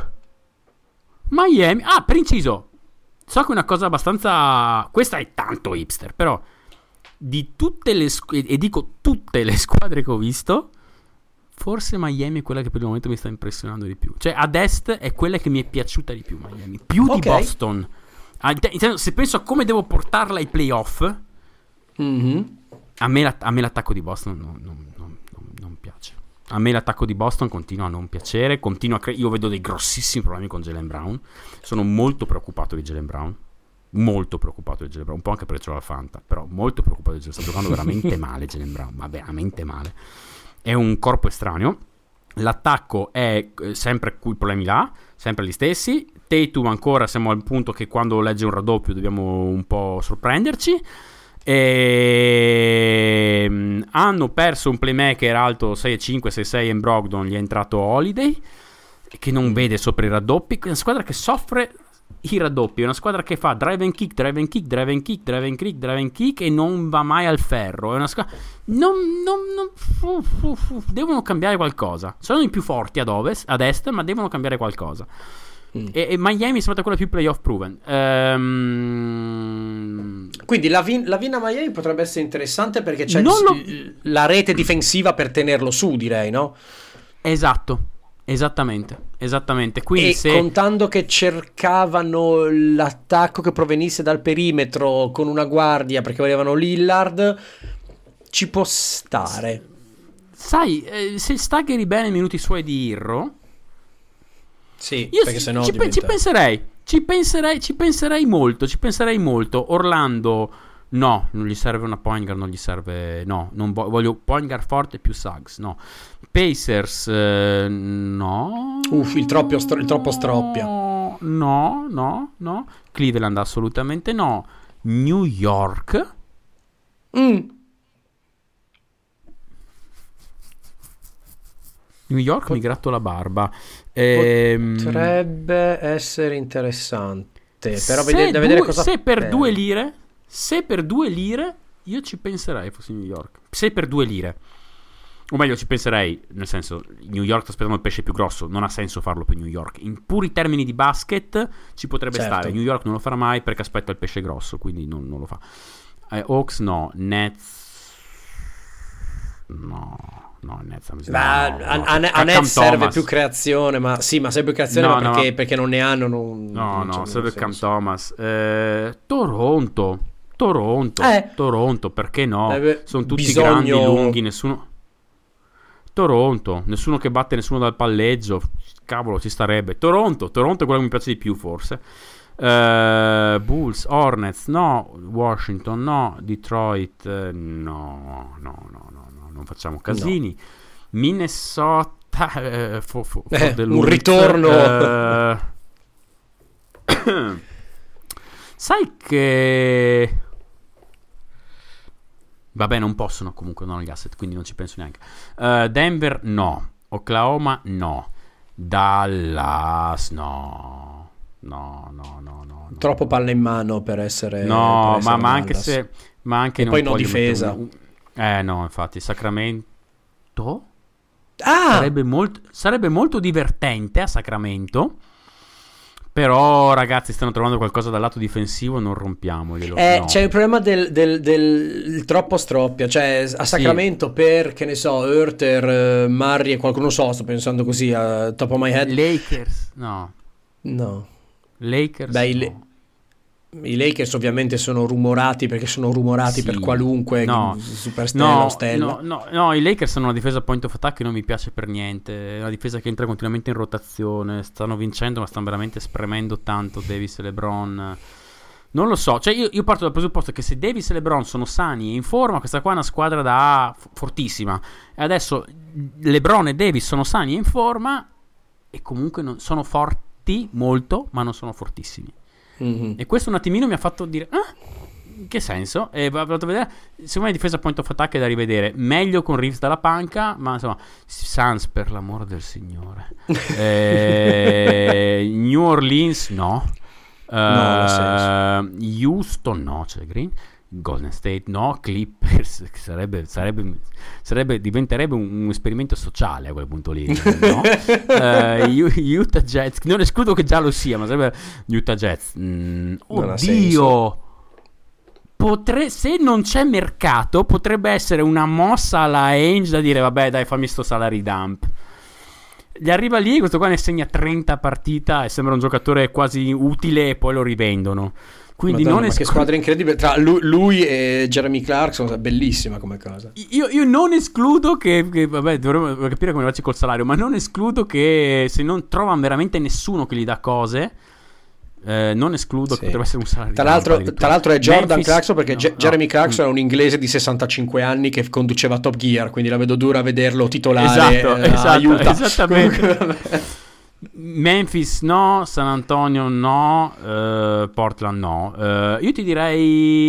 Miami, ah, per inciso, so che è una cosa abbastanza, questa è tanto hipster, però, di tutte le, squ- e dico tutte le squadre che ho visto, forse Miami è quella che per il momento mi sta impressionando di più. Cioè, ad est è quella che mi è piaciuta di più, Miami. Più Ok. di Boston. Ah, in te- in senso, se penso a come devo portarla ai playoff, Mhm. a me, la- a me l'attacco di Boston non, non- non- non- non piace. A me l'attacco di Boston continua a non piacere. Continua a cre- io vedo dei grossissimi problemi con Jaylen Brown. Sono molto preoccupato di Jaylen Brown. Molto preoccupato di Jaylen Brown. Un po' anche perché c'ho la Fanta. Però molto preoccupato di Jaylen. Sta giocando veramente male Jaylen Brown. Ma veramente male. È un corpo estraneo. L'attacco è eh, sempre quei problemi là, sempre gli stessi. Tatum ancora siamo al punto che quando legge un raddoppio dobbiamo un po' sorprenderci. E... mm, hanno perso un playmaker alto sei virgola cinque sei virgola sei in Brogdon, gli è entrato Holiday che non vede sopra i raddoppi. È una squadra che soffre i raddoppi, è una squadra che fa drive and kick, drive and kick, drive and kick, drive and kick, drive and kick e non va mai al ferro. È una squadra non, non, non fu, fu, fu. Devono cambiare qualcosa. Sono i più forti ad ovest, ad est, ma devono cambiare qualcosa. Mm. E, e Miami è stata quella più playoff proven. Ehm... Quindi la, Vin- la Vina Miami potrebbe essere interessante perché c'è Non lo- il- la rete difensiva per tenerlo su, direi, no? Esatto, esattamente, esattamente. Quindi E se contando che cercavano l'attacco che provenisse dal perimetro con una guardia perché volevano Lillard, ci può stare. sai, eh, se staggeri bene i minuti suoi di Irro, Sì, io perché ci, sennò ci, pe- ci diventa... penserei, ci penserei, ci penserei molto, ci penserei molto. Orlando, no, non gli serve una point guard, non gli serve, no, non vo- voglio point guard forte più Suggs, no. Pacers, eh, no. Uff, il troppo stro- il troppo stroppia. No, no, no. Cleveland assolutamente no. New York, Mm, New York Pot- mi gratto la barba. Ehm, potrebbe essere interessante, però se vede- da vedere due- cosa se per eh. due lire, se per due lire, io ci penserei fossi New York. Se per due lire, o meglio, ci penserei, nel senso, New York sta aspettando il pesce più grosso, non ha senso farlo per New York. In puri termini di basket ci potrebbe Certo. stare. New York non lo farà mai perché aspetta il pesce grosso, quindi non, non lo fa. Eh, Hawks no, Nets no. No, Nets, mi Ma sembra- a, no, no. a, a Cam Nets serve Thomas. più creazione, ma sì, ma serve più creazione, No, ma no, perché, ma- perché non ne hanno. Non, No, non no, c'è serve senso. Cam Thomas. Eh, Toronto. Toronto. Eh. Toronto, perché no? Eh beh, Sono tutti bisogno- grandi, lunghi, nessuno... Toronto, nessuno che batte nessuno dal palleggio. Cavolo, ci starebbe. Toronto, Toronto è quello che mi piace di più, forse. Eh, Bulls, Hornets, no. Washington, no. Detroit, eh, no, no, no, no, no, non facciamo casini. Minnesota, eh, fo- fo- for Eh, the un Lutz, ritorno. eh, sai che Vabbè, non possono comunque, non gli asset, quindi non ci penso neanche. Uh, Denver no, Oklahoma no, Dallas no, no, no, no, no. Troppo palla in mano per essere... No, per essere ma, ma anche Dallas. se... Ma anche e non poi no voglio difesa. un- Eh no, infatti, Sacramento... Ah! Sarebbe molto, sarebbe molto divertente a Sacramento. Però ragazzi stanno trovando qualcosa dal lato difensivo, non rompiamoglielo. Eh, no. C'è il problema del, del, del il troppo stroppia, cioè a Sacramento per, che ne so, Hurter, Murray e qualcuno, so, sto pensando così a top of my head. Lakers, no. No. Lakers, Beh, i, no. i Lakers ovviamente sono rumorati perché sono rumorati Sì. per qualunque No. superstella No, o stella. no, no, no, i Lakers hanno una difesa point of attack che non mi piace per niente. È una difesa che entra continuamente in rotazione. Stanno vincendo, ma stanno veramente spremendo tanto Davis e LeBron. Non lo so. Cioè, io, io parto dal presupposto che se Davis e LeBron sono sani e in forma, questa qua è una squadra da f- fortissima. E adesso LeBron e Davis sono sani e in forma, e comunque non, sono forti molto, ma non sono fortissimi. Mhm. E questo un attimino mi ha fatto dire ah, in che senso? E va- vado a vedere. Secondo me difesa point of attack è da rivedere. Meglio con Reeves dalla panca, ma insomma Suns, per l'amore del Signore. eh, New Orleans no. No, non ha Eh, Houston no, c'è Green. Golden State no. Clippers che sarebbe, sarebbe, sarebbe diventerebbe un, un esperimento sociale a quel punto lì, no? Eh, U- Utah Jazz, non escludo che già lo sia, ma sarebbe Utah Jazz. Mm, Non ha oddio, senso. Potre- se non c'è mercato potrebbe essere una mossa alla Ainge da dire vabbè dai, fammi sto salary dump. Gli arriva lì, questo qua ne segna trenta a partita e sembra un giocatore quasi utile, e poi lo rivendono. Quindi Madonna, non ma che esclu- squadra incredibile tra lui, lui e Jeremy Clarkson, bellissima come cosa. Io, io non escludo che, che vabbè, dovremmo capire come facci col salario, ma non escludo che se non trovano veramente nessuno che gli dà cose, eh, non escludo Sì. che potrebbe essere un salario. Tra l'altro, tra l'altro è Jordan Memphis- Clarkson, perché no, Ge- no. Jeremy Clarkson Mm. è un inglese di sessantacinque anni che conduceva Top Gear, quindi la vedo dura a vederlo titolare. Esatto, eh, esatto, aiuta. esattamente. Comunque, vabbè. Memphis no, San Antonio no, eh, Portland no. Eh, io ti direi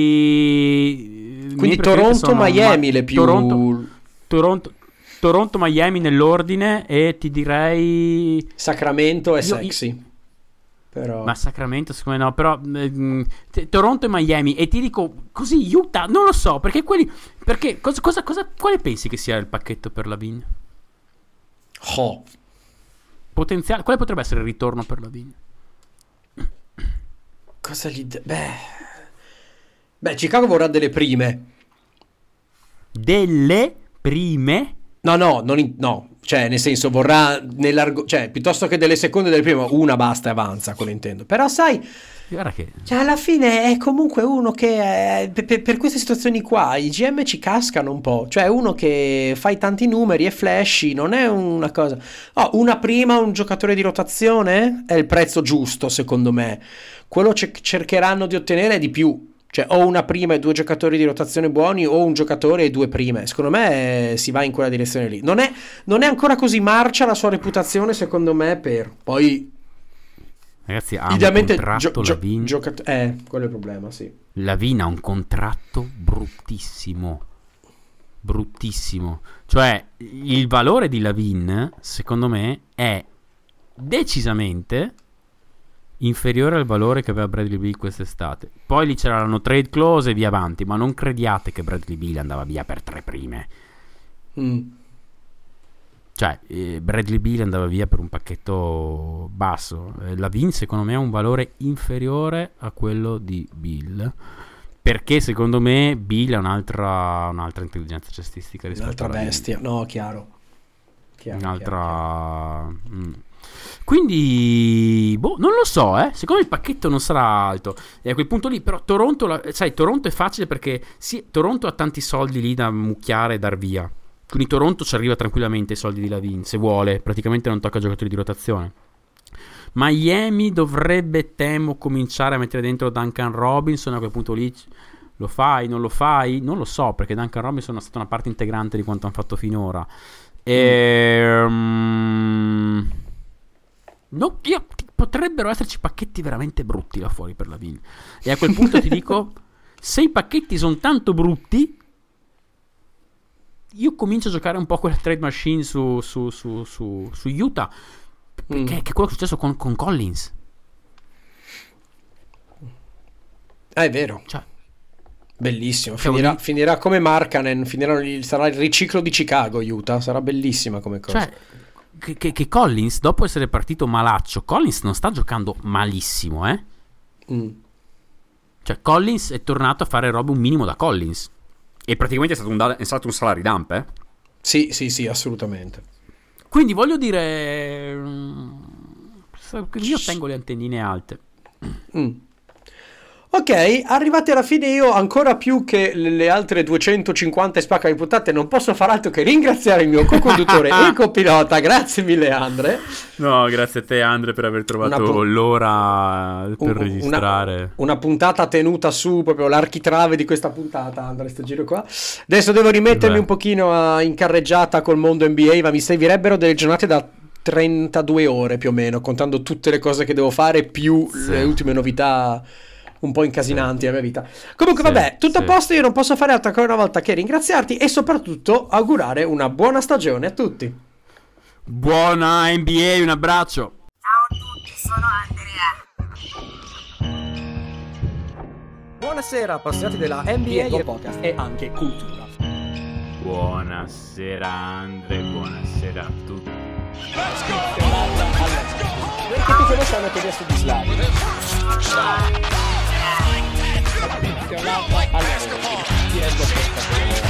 i miei Quindi preferiti Toronto, sono Miami Ma- le più... Toronto, Toronto, Toronto, Miami nell'ordine, e ti direi Sacramento è Io- sexy. Però... ma Sacramento secondo me no, però ehm, t- Toronto e Miami, e ti dico così Utah, non lo so, perché quelli perché cosa, cosa, cosa quale pensi che sia il pacchetto per Lavin? Oh, Potenziale, quale potrebbe essere il ritorno per Lavin? cosa gli... de- Beh... Beh, Chicago vorrà delle prime. Delle prime. No, no, non in- no. Cioè, nel senso, vorrà nell'argo... Cioè, piuttosto che delle seconde delle prime, una basta e avanza, quello intendo. Però sai... Guarda che Cioè, alla fine è comunque uno che è- per, per- per queste situazioni qua i G M ci cascano un po'. Cioè, uno che fai tanti numeri e flashy, non è una cosa. Oh, una prima, un giocatore di rotazione è il prezzo giusto, secondo me. Quello che cercheranno di ottenere è di più. Cioè, o una prima e due giocatori di rotazione buoni, o un giocatore e due prime. Secondo me eh, si va in quella direzione lì. Non è, non è ancora così marcia la sua reputazione, secondo me, per poi. ragazzi ha un Idealmente contratto gio- Lavin. gio- giocat- eh, quello è il problema, sì. Lavin ha un contratto bruttissimo. Bruttissimo. Cioè, il valore di Lavin, secondo me, è decisamente inferiore al valore che aveva Bradley Beal quest'estate. Poi lì c'erano trade clause e via avanti, ma non crediate che Bradley Beal andava via per tre prime. Mm. Cioè, eh, Bradley Beal andava via per un pacchetto basso. Eh, Lavin, secondo me, ha un valore inferiore a quello di Beal. Perché, secondo me, Beal ha un'altra, un'altra intelligenza cestistica rispetto Un'altra a Lavin. bestia, no, chiaro. Chiaro, Un'altra... chiaro, Mm. Quindi, boh, non lo so, eh. Secondo me il pacchetto non sarà alto. E a quel punto lì, però, Toronto, la- sai, Toronto è facile perché sì, Toronto ha tanti soldi lì da mucchiare e dar via. Quindi Toronto ci arriva tranquillamente ai soldi di Lavin, se vuole. Praticamente non tocca giocatori di rotazione. Miami dovrebbe, temo, cominciare a mettere dentro Duncan Robinson. A quel punto lì lo fai, non lo fai? Non lo so, perché Duncan Robinson è stata una parte integrante di quanto hanno fatto finora. Ehm... No, io, potrebbero esserci pacchetti veramente brutti là fuori per Lavin. E a quel punto ti dico, se i pacchetti sono tanto brutti, io comincio a giocare un po' quella trade machine su, su, su, su, su Utah, perché Mm. che è quello che è successo con, con Collins. Ah, è vero. Cioè, Bellissimo. Cioè, Finirà, voglio- finirà come Markkanen, finirà il- sarà il riciclo di Chicago, Utah. Sarà bellissima come cosa. cioè che, che, che Collins, dopo essere partito malaccio, Collins non sta giocando malissimo, eh? Mm. Cioè, Collins è tornato a fare robe un minimo da Collins. E praticamente è stato un, da- è stato un salary dump, eh? Sì, sì, sì, assolutamente. Quindi voglio dire, mm, io tengo le antennine alte. Mm. Ok, arrivati alla fine, io ancora più che le le altre duecentocinquanta spacca di puntate non posso far altro che ringraziare il mio co-conduttore e copilota. Grazie mille, Andre. No, grazie a te, Andre, per aver trovato Una pu- l'ora per Un- registrare. Una, una puntata tenuta su proprio l'architrave di questa puntata, Andre, sto giro qua. Adesso devo rimettermi Beh. un pochino a- in carreggiata col mondo N B A, ma mi servirebbero delle giornate da trentadue ore più o meno, contando tutte le cose che devo fare, più Sì. le ultime novità un po' incasinanti nella mia vita. Comunque Sì, vabbè, tutto sì. a posto, io non posso fare altro ancora una volta che ringraziarti e soprattutto augurare una buona stagione a tutti. Buona N B A, un abbraccio. Ciao a tutti, sono Andrea. Buonasera appassionati della N B A Pietro Podcast e anche cultura. Buonasera, Andre, buonasera a tutti. Chiamata alla... Perché ti conosciamo che adesso di Slavi? Chiamata alla... Ti rendo prestazione.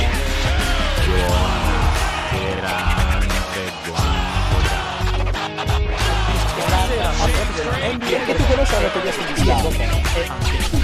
Buonasera, Andre, buonasera. Chiamata alla... Perché ti conosciamo che adesso di Slavi? E anche